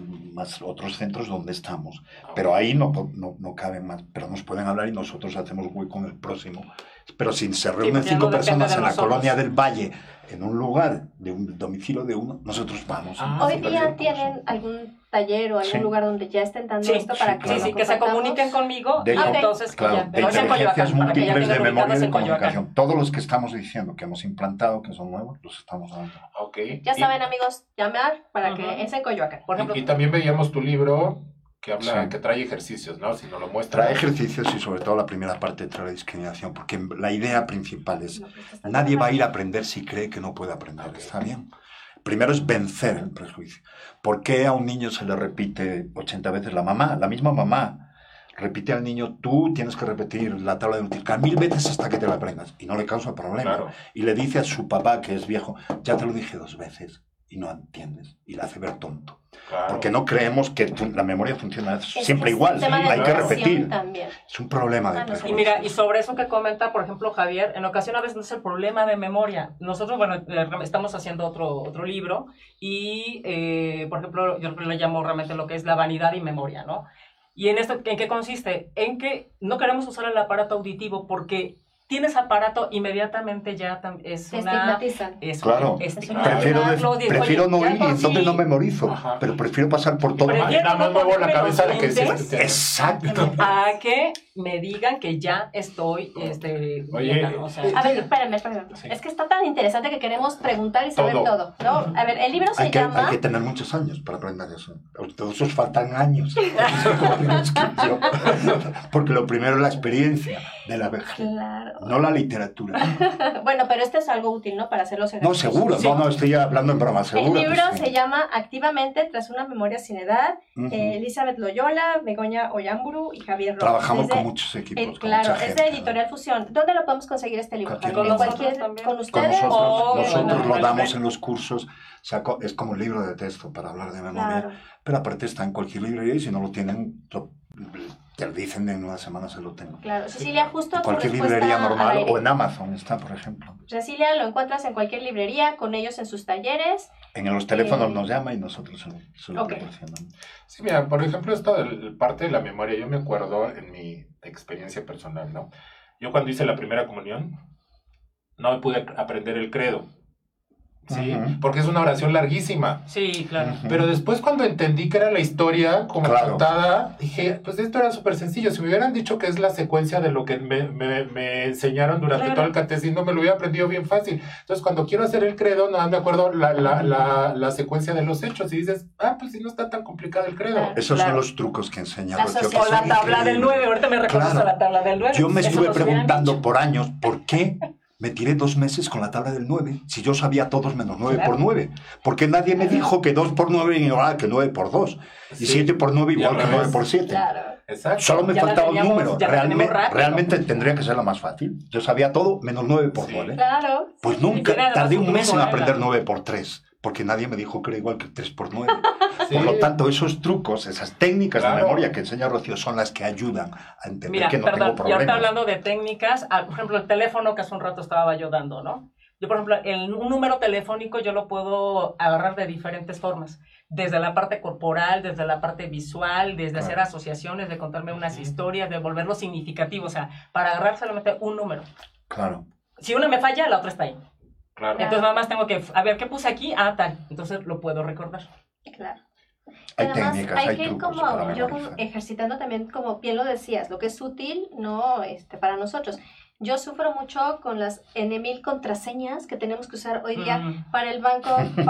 otros centros donde estamos. Pero ahí no caben más. Pero nos pueden hablar y nosotros hacemos hueco en el próximo. Pero si se reúnen porque ya 5 no depende personas de en la nosotros. colonia del Valle, en un lugar de un domicilio de uno, nosotros vamos. Ah, Hoy sí, día perfecto. tienen algún taller o algún Sí. lugar donde ya estén dando Sí, esto para sí, que claro. Sí, lo que se compartamos? comuniquen conmigo, De hecho, entonces que Claro, ya, de pero es en inteligencias Coyoacán, para que ya múltiples tengan de memoria ubicados y de en Coyoacán. comunicación. Todos los que estamos diciendo que hemos implantado, que son nuevos, los estamos dando. Ok. Ya Y- saben, amigos, llamar para Ujú. que es en Coyoacán. Por ejemplo, y también veíamos tu libro que habla, Sí. que trae ejercicios, ¿no? Si no lo muestra. Trae ejercicios y sobre todo la primera parte trae la discriminación, porque la idea principal es, No, pues, está nadie bien. va a ir a aprender si cree que no puede aprender, Ok. ¿está bien? Primero es vencer el prejuicio. ¿Por qué a un niño se le repite 80 veces la mamá, la misma mamá? Repite al niño, tú tienes que repetir la tabla de multiplicar 1000 veces hasta que te la aprendas, y no le causa problema. Claro. Y le dice a su papá, que es viejo, ya te lo dije 2 veces, y no entiendes, y le hace ver tonto. Claro. Porque no creemos que la memoria funciona Es siempre que igual, es un tema de hay que educación repetir. También. Es un problema de Ah, no sé. y prejuicio. mira, y sobre eso que comenta, por ejemplo, Javier, en ocasión a veces no es el problema de memoria. Nosotros, bueno, estamos haciendo otro libro y, por ejemplo, yo le llamo realmente lo que es la vanidad y memoria, ¿no? Y en esto, ¿en qué consiste? En que no queremos usar el aparato auditivo porque tienes aparato, inmediatamente ya es Se una... estigmatizan. Es Claro. prefiero no ir y entonces no memorizo, Ajá. pero prefiero pasar por todo. Prefiero- Ay, nada más muevo la no cabeza de que sí. ponerme los Exacto. A que me digan que ya estoy, Oye, vieja, ¿no? O sea, A ver, espérame. Sí. Es que está tan interesante que queremos preguntar y saber Todo. todo, ¿no? A ver, el libro se Hay llama... que tener muchos años para aprender eso. A todos os faltan años. Eso es como una inscripción. Porque lo primero es la experiencia de la vejez, Claro. no la literatura. Bueno, pero este es algo útil, ¿no? Para hacer los No, ejercicios. seguro. Sí. No, estoy hablando en broma, seguro. El libro que sí. se llama Activamente tras una memoria sin edad. Ujú. Elizabeth Loyola, Begoña Oyamburu y Javier Rojas. Trabajamos Es de- con muchos equipos. con claro, mucha es gente, de ¿no? Editorial Fusión. ¿Dónde lo podemos conseguir este libro? Cualquier Javier? lugar. ¿En cualquier- También. ¿Con Con ustedes? nosotros, o- nosotros bueno, lo damos en los cursos, es como un libro de texto para hablar de memoria, Claro. pero aparte está en cualquier librería y si no lo tienen, te lo dicen en una semana se lo tengo. Claro, Cecilia, justo En tu cualquier respuesta librería al normal aire. o en Amazon está, por ejemplo. Cecilia, lo encuentras en cualquier librería, con ellos en sus talleres. En los teléfonos nos llama y nosotros se lo Ok. proporcionamos. Sí, mira, por ejemplo, esto de parte de la memoria, yo me acuerdo en mi experiencia personal, ¿no? Yo cuando hice la primera comunión, no me pude aprender el credo. ¿Sí? Porque es una oración larguísima. Sí, claro. Pero después cuando entendí que era la historia como contada, dije, pues esto era súper sencillo. Si me hubieran dicho que es la secuencia de lo que me enseñaron durante todo el catecismo, me lo hubiera aprendido bien fácil. Entonces cuando quiero hacer el credo, nada, me acuerdo la secuencia de los hechos y dices, pues si no está tan complicado el credo. Esos son los trucos que enseña Rocío. O la tabla del 9, ahorita me recuerdo la tabla del 9. Yo me estuve preguntando por años, ¿por qué me tiré 2 meses con la tabla del 9 si yo sabía todos menos 9 por 9? Porque nadie me dijo que 2 por 9 igual que 9 por 2. Y 7 por 9 igual que 9 por 7. Claro. Exacto. Solo me faltaba un número. Realmente tendría que ser la más fácil. Yo sabía todo menos 9 por 9. Claro. Pues nunca, tardé un mes en aprender 9 por 3. Porque nadie me dijo que era igual que 3 por 9. Por lo tanto, esos trucos, esas técnicas de memoria que enseña Rocío son las que ayudan a entender que no tengo problemas. Y ahorita hablando de técnicas, por ejemplo, el teléfono que hace un rato estaba yo dando, ¿no? Yo, por ejemplo, un número telefónico yo lo puedo agarrar de diferentes formas. Desde la parte corporal, desde la parte visual, desde hacer asociaciones, de contarme unas historias, de volverlo significativo. O sea, para agarrar solamente un número. Claro. Si una me falla, la otra está ahí. Claro. Entonces nada más tengo que, a ver, ¿qué puse aquí? Tal. Entonces lo puedo recordar. Claro. Hay Además, técnicas, hay hay que ir trucos como para yo memorizar. ejercitando también, como bien lo decías, lo que es útil, no para nosotros. Yo sufro mucho con las N1000 contraseñas que tenemos que usar hoy día para el banco,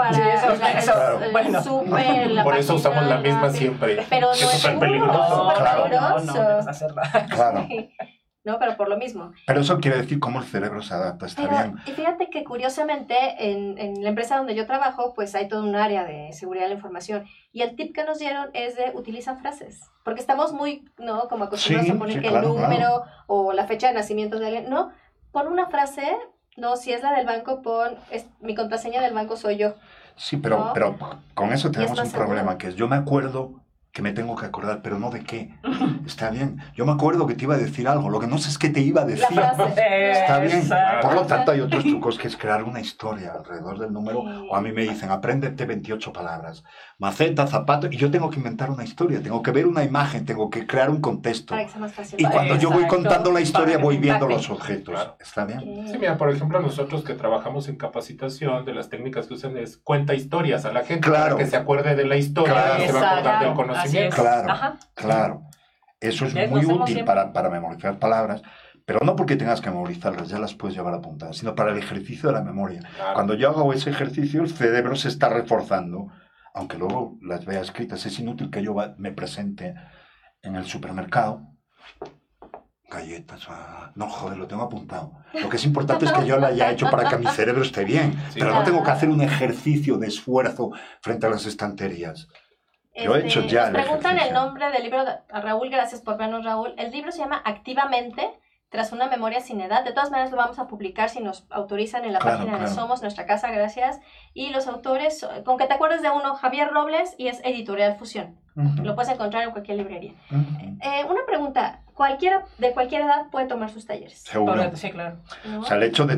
para el súper, la Por eso página, usamos la misma siempre. Pero no es es súper peligroso. No debes hacerla. Claro. No, pero por lo mismo. Pero eso quiere decir cómo el cerebro se adapta, está bien. Y fíjate que curiosamente en la empresa donde yo trabajo, pues hay todo un área de seguridad de la información. Y el tip que nos dieron es de utilizar frases. Porque estamos muy, ¿no? Como acostumbrados a poner que el número o la fecha de nacimiento de alguien. No, pon una frase, no, si es la del banco, mi contraseña del banco soy yo. Sí, pero con eso tenemos un problema, seguro. que es yo me acuerdo que me tengo que acordar, pero no de qué. Está bien. Yo me acuerdo que te iba a decir algo, lo que no sé es qué te iba a decir. La frase. Está bien. Exacto. Por lo tanto, hay otros trucos que es crear una historia alrededor del número. O a mí me dicen, apréndete 28 palabras. Maceta, zapato, y yo tengo que inventar una historia, tengo que ver una imagen, tengo que crear un contexto. Para que sea más fácil. Y cuando yo voy Exacto. contando la historia, Para que voy te viendo impacte. los objetos. Claro. Está bien. Sí, mira, por ejemplo, nosotros que trabajamos en capacitación, de las técnicas que usan es cuenta historias a la gente Claro. para que se acuerde de la historia, Claro. se va a acordar del Exacto. conocimiento. Así es. Claro, Ajá. claro. Eso es ¿Ves? muy Lo hacemos útil siempre. para memorizar palabras, pero no porque tengas que memorizarlas, ya las puedes llevar apuntadas, sino para el ejercicio de la memoria. Claro. Cuando yo hago ese ejercicio, el cerebro se está reforzando, aunque luego las vea escritas. Es inútil que yo me presente en el supermercado. Galletas, no, joder, lo tengo apuntado. Lo que es importante es que yo lo haya hecho para que mi cerebro esté bien, Sí. pero no tengo que hacer un ejercicio de esfuerzo frente a las estanterías. Yo he hecho ya nos el preguntan el ejercicio. nombre del libro a Raúl, gracias por vernos, Raúl. El libro se llama Activamente, tras una memoria sin edad. De todas maneras lo vamos a publicar si nos autorizan en la Claro, página de claro. Somos, nuestra casa, gracias. Y los autores, con que te acuerdes de uno, Javier Robles, y es Editorial Fusión. Ujú, Lo puedes encontrar en cualquier librería. ujú. Una pregunta, ¿cualquiera de cualquier edad puede tomar sus talleres? Seguro. Correcto, sí, claro. ¿No? O sea, el hecho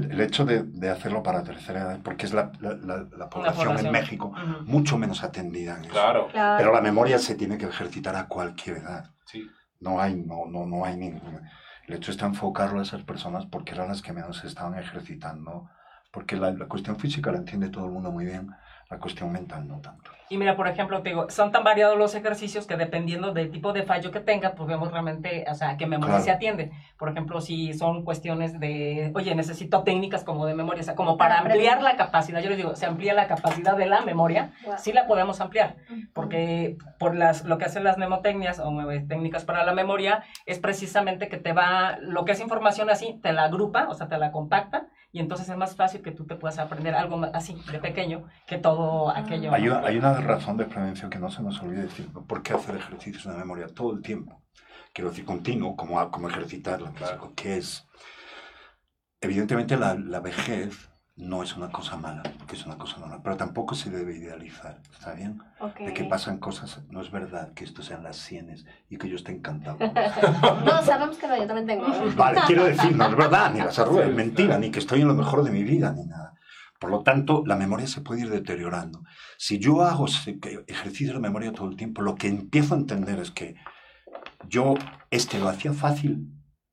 de hacerlo para tercera edad, porque es la población en población. México Ujú. mucho menos atendida en eso. Claro, Claro. Pero la memoria se tiene que ejercitar a cualquier edad. sí. No hay ninguna. El hecho está enfocarlo a esas personas porque eran las que menos se estaban ejercitando. Porque la cuestión física la entiende todo el mundo muy bien, la cuestión mental no tanto. Y mira, por ejemplo, te digo, son tan variados los ejercicios que dependiendo del tipo de fallo que tenga, pues vemos realmente, o sea, qué memoria Claro. se atiende. Por ejemplo, si son cuestiones de, oye, necesito técnicas como de memoria, o sea, como para ampliar la capacidad, yo les digo, se amplía la capacidad de la memoria, Wow. sí la podemos ampliar, porque por lo que hacen las mnemotecnias o técnicas para la memoria es precisamente que te va, lo que es información así, te la agrupa, o sea, te la compacta, y entonces es más fácil que tú te puedas aprender algo así de pequeño que todo aquello. Hay una razón de prevención que no se nos olvide decir. ¿Por qué hacer ejercicios de memoria todo el tiempo? Quiero decir, continuo, como ejercitarla, Claro. que es... Evidentemente la vejez no es una cosa mala, que es una cosa normal, pero tampoco se debe idealizar, ¿está bien? Ok. De que pasan cosas, no es verdad que esto sean las sienes y que yo esté encantado con eso. No, sabemos que no, yo también tengo. Vale, quiero decir, no es verdad, ni las arrugas, Sí, es mentira, claro. ni que estoy en lo mejor de mi vida, ni nada. Por lo tanto, la memoria se puede ir deteriorando. Si yo hago ejercicio de memoria todo el tiempo, lo que empiezo a entender es que yo lo hacía fácil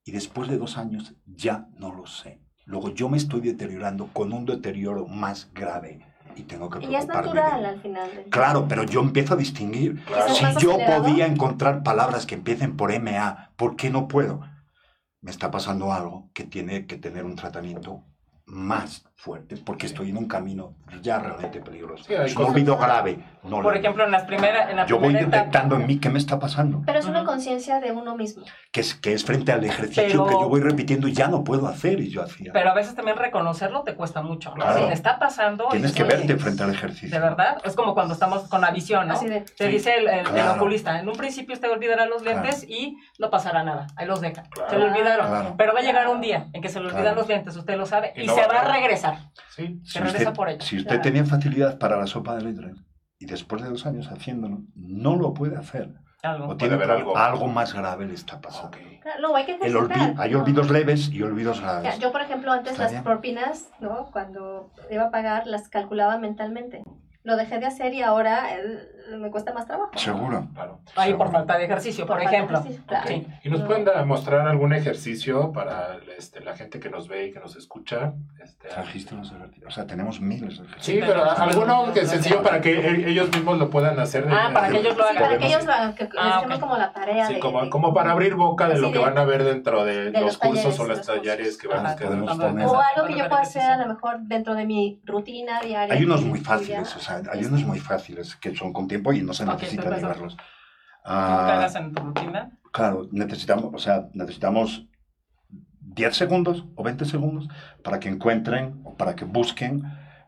Y después de 2 años ya no lo sé. Luego yo me estoy deteriorando con un deterioro más grave y tengo que Y ya es preocuparme natural de al final. Claro, pero yo empiezo a distinguir. Claro. ¿Es Si más yo acelerado? podía encontrar palabras que empiecen por MA, ¿por qué no puedo? Me está pasando algo que tiene que tener un tratamiento más fuerte, porque estoy en un camino ya realmente peligroso. Sí, hay es un cosas- olvido grave. No Por lo- ejemplo, en la yo voy primera etapa- detectando en mí qué me está pasando, Pero es una Ujú. conciencia de uno mismo. que es frente al ejercicio Pero- que yo voy repitiendo y ya no puedo hacer y yo hacía. Pero a veces también reconocerlo te cuesta mucho. ¿no? Claro. Si te está pasando... Tienes y que oye, verte frente al ejercicio. De verdad, es como cuando estamos con la visión, ¿no? Así de- Te Sí, dice el claro. oculista, en un principio usted olvidará los lentes y no pasará nada, ahí los deja. Claro. Se le olvidaron, Claro. pero va a llegar un día en que se le olvidan Claro. los lentes, usted lo sabe, Y y no se va a va a haber. regresar. Sí. Se regresa por ello. Si usted Claro. tenía facilidad para la sopa de letras y después de 2 años haciéndolo, no lo puede hacer. Algo. O tiene haber algo. más grave le está pasando. Ok. Claro, no, hay que El ejercitar. hay ¿no? olvidos leves y olvidos Ya, graves. yo, por ejemplo, antes Está las bien. propinas, ¿no? Cuando iba a pagar, las calculaba mentalmente. Lo dejé de hacer y ahora me cuesta más trabajo. Seguro. Claro. Ahí por Seguro. falta de ejercicio, por Por falta de ejemplo. ejercicio, claro. Sí. ¿Y nos No. pueden mostrar algún ejercicio para la gente que nos ve y que nos escucha? Trajiste los ejercicios. O sea, tenemos miles de ejercicios. Sí, pero alguno que sencillo para que ellos mismos lo puedan hacer. Para que ellos lo Sí, hagan. para que Podemos- ellos lo hagan, que les Ah, dejemos ok. como la tarea Sí, de... como para abrir boca de Así lo que de- van a ver dentro de de los los cursos talleres, o los los cursos. talleres que van a Ajá, quedar. podemos Cuando- poner- O cuando- algo que yo cuando pueda ejercicio. hacer a lo mejor dentro de mi rutina diaria. Hay unos que muy incluya fáciles, o sea, hay esto. unos muy fáciles que son con tiempo y no se Ok, necesitan ni perfecto. verlos. ¿Qué hagas Ah, en tu rutina? claro, necesitamos 10 segundos o 20 segundos para que encuentren o para que busquen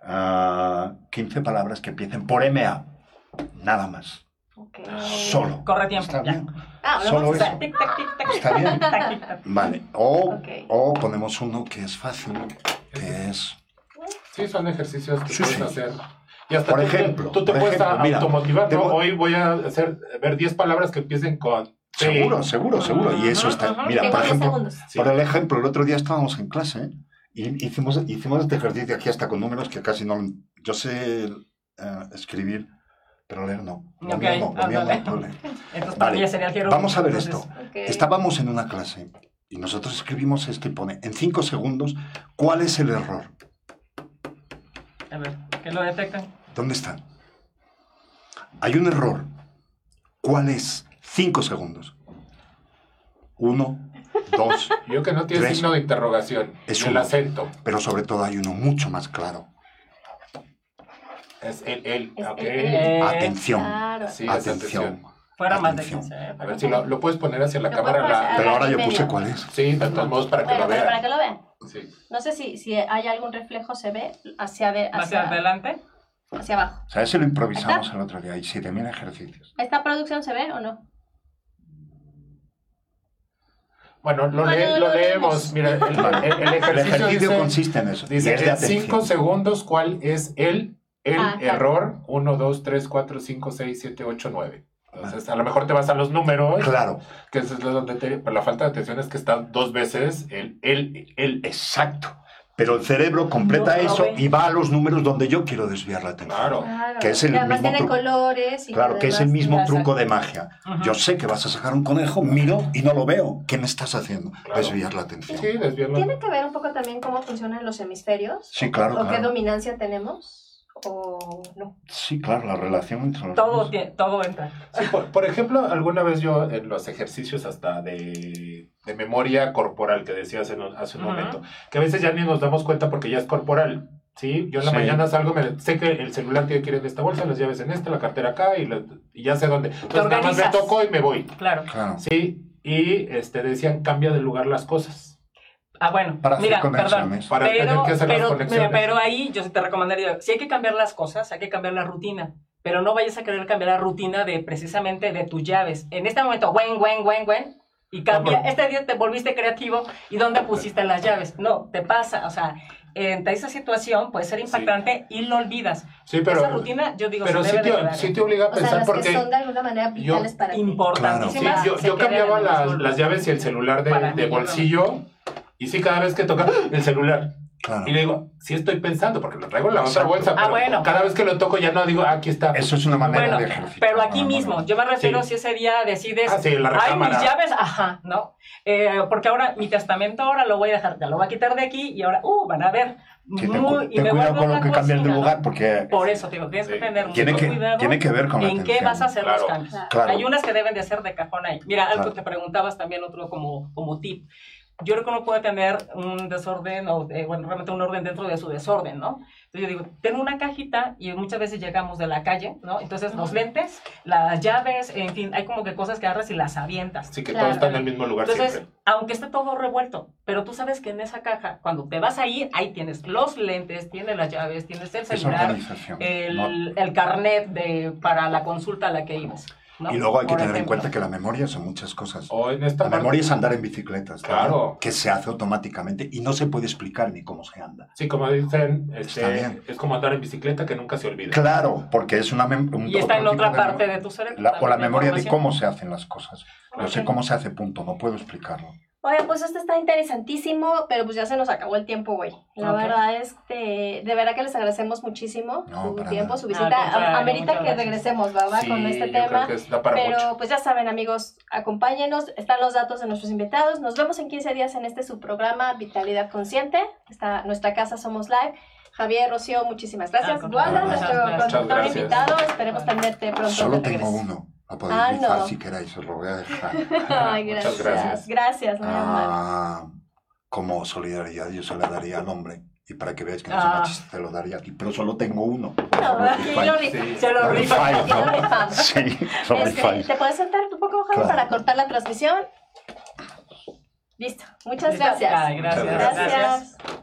15 palabras que empiecen por MA. Nada más. Ok. Solo. Corre tiempo. Está ya. bien. Ah, Solo hablamos O de- sea, tic, tac, tic, tac, Está bien. tic, tac, tic, tac. Vale. Ok. O ponemos uno que es fácil, que es... Sí, son ejercicios que Sí, puedes sí. hacer. Y hasta Por tú, ejemplo, tú te por puedes ejemplo, mira, automotivar, ¿no? tengo- Hoy voy a ver 10 palabras que empiecen con T. Seguro, seguro, seguro. Y eso está... Ajá, Mira, Tengo por 10 ejemplo, segundos. Sí. por el ejemplo, el otro día estábamos en clase y hicimos este ejercicio aquí hasta con números que casi no... Yo sé escribir, pero leer no. Lo Ok, mío no, lo mío ándale. no puedo leer. Entonces, para Vale, mí ya sería el jeroglífico. Vamos a ver Entonces, esto. Ok. Estábamos en una clase y nosotros escribimos esto y pone en 5 segundos, ¿cuál es el error? A ver, que lo detectan. ¿Dónde está? Hay un error. ¿Cuál es? 5 segundos. 1, 2, Yo que no tiene 3. signo de interrogación. Es y el uno. acento. pero sobre todo hay uno mucho más claro. Es el. Es Ok. el. Atención. Claro. Sí, es Atención. Fuera más de Atención. 15, ¿eh? A ver si lo puedes poner hacia la Lo cámara. puedo poner Pero ahora en yo medio. puse cuál es. Sí, de todos modos para que Bueno, lo pero para vean. que lo vean. Sí. No sé si hay algún reflejo, se ve hacia Hacia adelante. hacia abajo. O sea, ese lo improvisamos el otro día. Hay 7.000 ejercicios. ¿Esta producción se ve o no? Bueno, lo Bueno, lo leemos. leemos. Mira, el El ejercicio ejercicio dice, consiste en eso. dice y es de en 5 atención. segundos cuál es el Ah, claro. error. 1, 2, 3, 4, 5, 6, 7, 8, 9. Entonces, a lo mejor te vas a los números, Claro, que eso es donde pero la falta de atención es que está 2 veces el. exacto. Pero el cerebro completa No lo eso ve. y va a los números donde yo quiero desviar la atención. Claro. Claro. Que es el Y además mismo tiene truco. colores. Y Claro, que es el además- mismo Exacto. truco de magia. Ujú. Yo sé que vas a sacar un conejo, miro y no lo veo. ¿Qué me estás haciendo? Claro. Desviar la atención. Sí, desviarlo. ¿Tiene que ver un poco también cómo funcionan los hemisferios? Sí, claro, ¿O qué claro. dominancia tenemos? ¿O no? Sí, claro, la relación entre los Todo, dos. todo entra. Sí, por ejemplo, alguna vez yo en los ejercicios hasta de memoria corporal que decías hace un Ujú. momento, que a veces ya ni nos damos cuenta porque ya es corporal, ¿sí? Yo en la Sí. mañana salgo, sé que el celular tiene que ir en esta bolsa, las llaves en esta, la cartera acá y ya sé dónde. Entonces nada más me organizas. toco y me voy, Claro. Claro. ¿sí? Y decían, cambia de lugar las cosas. Ah, bueno, Para hacer mira, perdón. conexiones. Para tener que hacer las conexiones. Pero ahí yo sí te recomendaría, si hay que cambiar las cosas, hay que cambiar la rutina. Pero no vayas a querer cambiar la rutina de precisamente de tus llaves. En este momento, güen, y cambia. No, pero- Este día te volviste creativo y ¿dónde pusiste las llaves? No, te pasa, o sea, en esa situación puede ser impactante y lo olvidas. Sí, pero, Esa rutina, yo digo, pero se sí, debe de quedar. sí te obliga a O sea, pensar las porque... que son de alguna manera vitales para ti. Sí, Importantísimas. yo se queden cambiaba en el las bolsillo. llaves y el celular Para de mí, bolsillo y sí, cada vez que toca el celular. Claro. Y le digo, sí estoy pensando, porque lo traigo en la otra Exacto. bolsa, pero bueno. cada vez que lo toco ya no digo, aquí está. Eso es una manera Bueno, de ejercitar. pero aquí la memoria. mismo, yo me refiero Sí. si ese día decides, Ah, sí, la ay, recámara. mis llaves, ajá, ¿no? Porque ahora mi testamento ahora lo voy a dejar, ya lo voy a quitar de aquí y ahora, van a ver. Sí, ten y me cuidado vuelvo con lo una que cambias de cocina, lugar, ¿no? porque Por eso, digo, tienes que Sí. tener Tiene mucho que- cuidado tiene que ver con la en qué atención. vas a hacer los Claro. cambios. Claro. Hay unas que deben de ser de cajón ahí. Mira, algo Claro. que preguntabas también, otro como tip. Yo creo que uno puede tener un desorden, o realmente un orden dentro de su desorden, ¿no? Entonces yo digo, tengo una cajita y muchas veces llegamos de la calle, ¿no? Entonces los lentes, las llaves, en fin, hay como que cosas que agarras y las avientas. Así que Claro. todo está en el mismo lugar Entonces, siempre. aunque esté todo revuelto, pero tú sabes que en esa caja, cuando te vas a ir, ahí tienes los lentes, tienes las llaves, tienes el es celular, organización. ¿no? el carnet para la consulta a la que ibas, ¿no? Y luego hay que Por tener en ejemplo. cuenta que la memoria son muchas cosas. O en esta La parte- memoria es andar en bicicletas, Claro. que se hace automáticamente y no se puede explicar ni cómo se anda. Sí, como dicen, Está bien. es como andar en bicicleta que nunca se olvida. Claro, porque es una Y está en otro otra tipo parte de tu cerebro. o la también memoria de información. cómo se hacen las cosas. Yo sé Ok. cómo se hace, punto, no puedo explicarlo. Oye, pues esto está interesantísimo, pero pues ya se nos acabó el tiempo, güey. La Ok. verdad, de verdad que les agradecemos muchísimo No, su para tiempo, nada. su Al visita. contrario, Amerita muchas que gracias. regresemos, ¿verdad? Sí, Con este yo creo tema. que da para Pero mucho. pues ya saben, amigos, acompáñenos. Están los datos de nuestros invitados. Nos vemos en 15 días en este subprograma Vitalidad Consciente. Está nuestra casa Somos Live. Javier, Rocío, muchísimas gracias. Al contrario, Dualda, muchas nuestro gracias. productor Muchas invitado. Esperemos tenerte pronto. Solo de tengo regreso. uno. La podéis no. rizar si queráis, os lo voy a dejar. Ay, Muchas gracias. gracias. Gracias, muy amable. Como solidaridad yo se la daría al hombre. Y para que veáis que no soy Ah. machista, te lo daría a ti. Pero solo tengo uno. No, aquí lo Sí. Se lo Lo rifa. rifáis, Ya lo ¿no? rifamos. Sí, lo rifáis. ¿Te puedes sentar un poco, Javi, Claro. para cortar la transmisión? Listo. Muchas Listo. gracias. Ay, gracias. Muchas Gracias.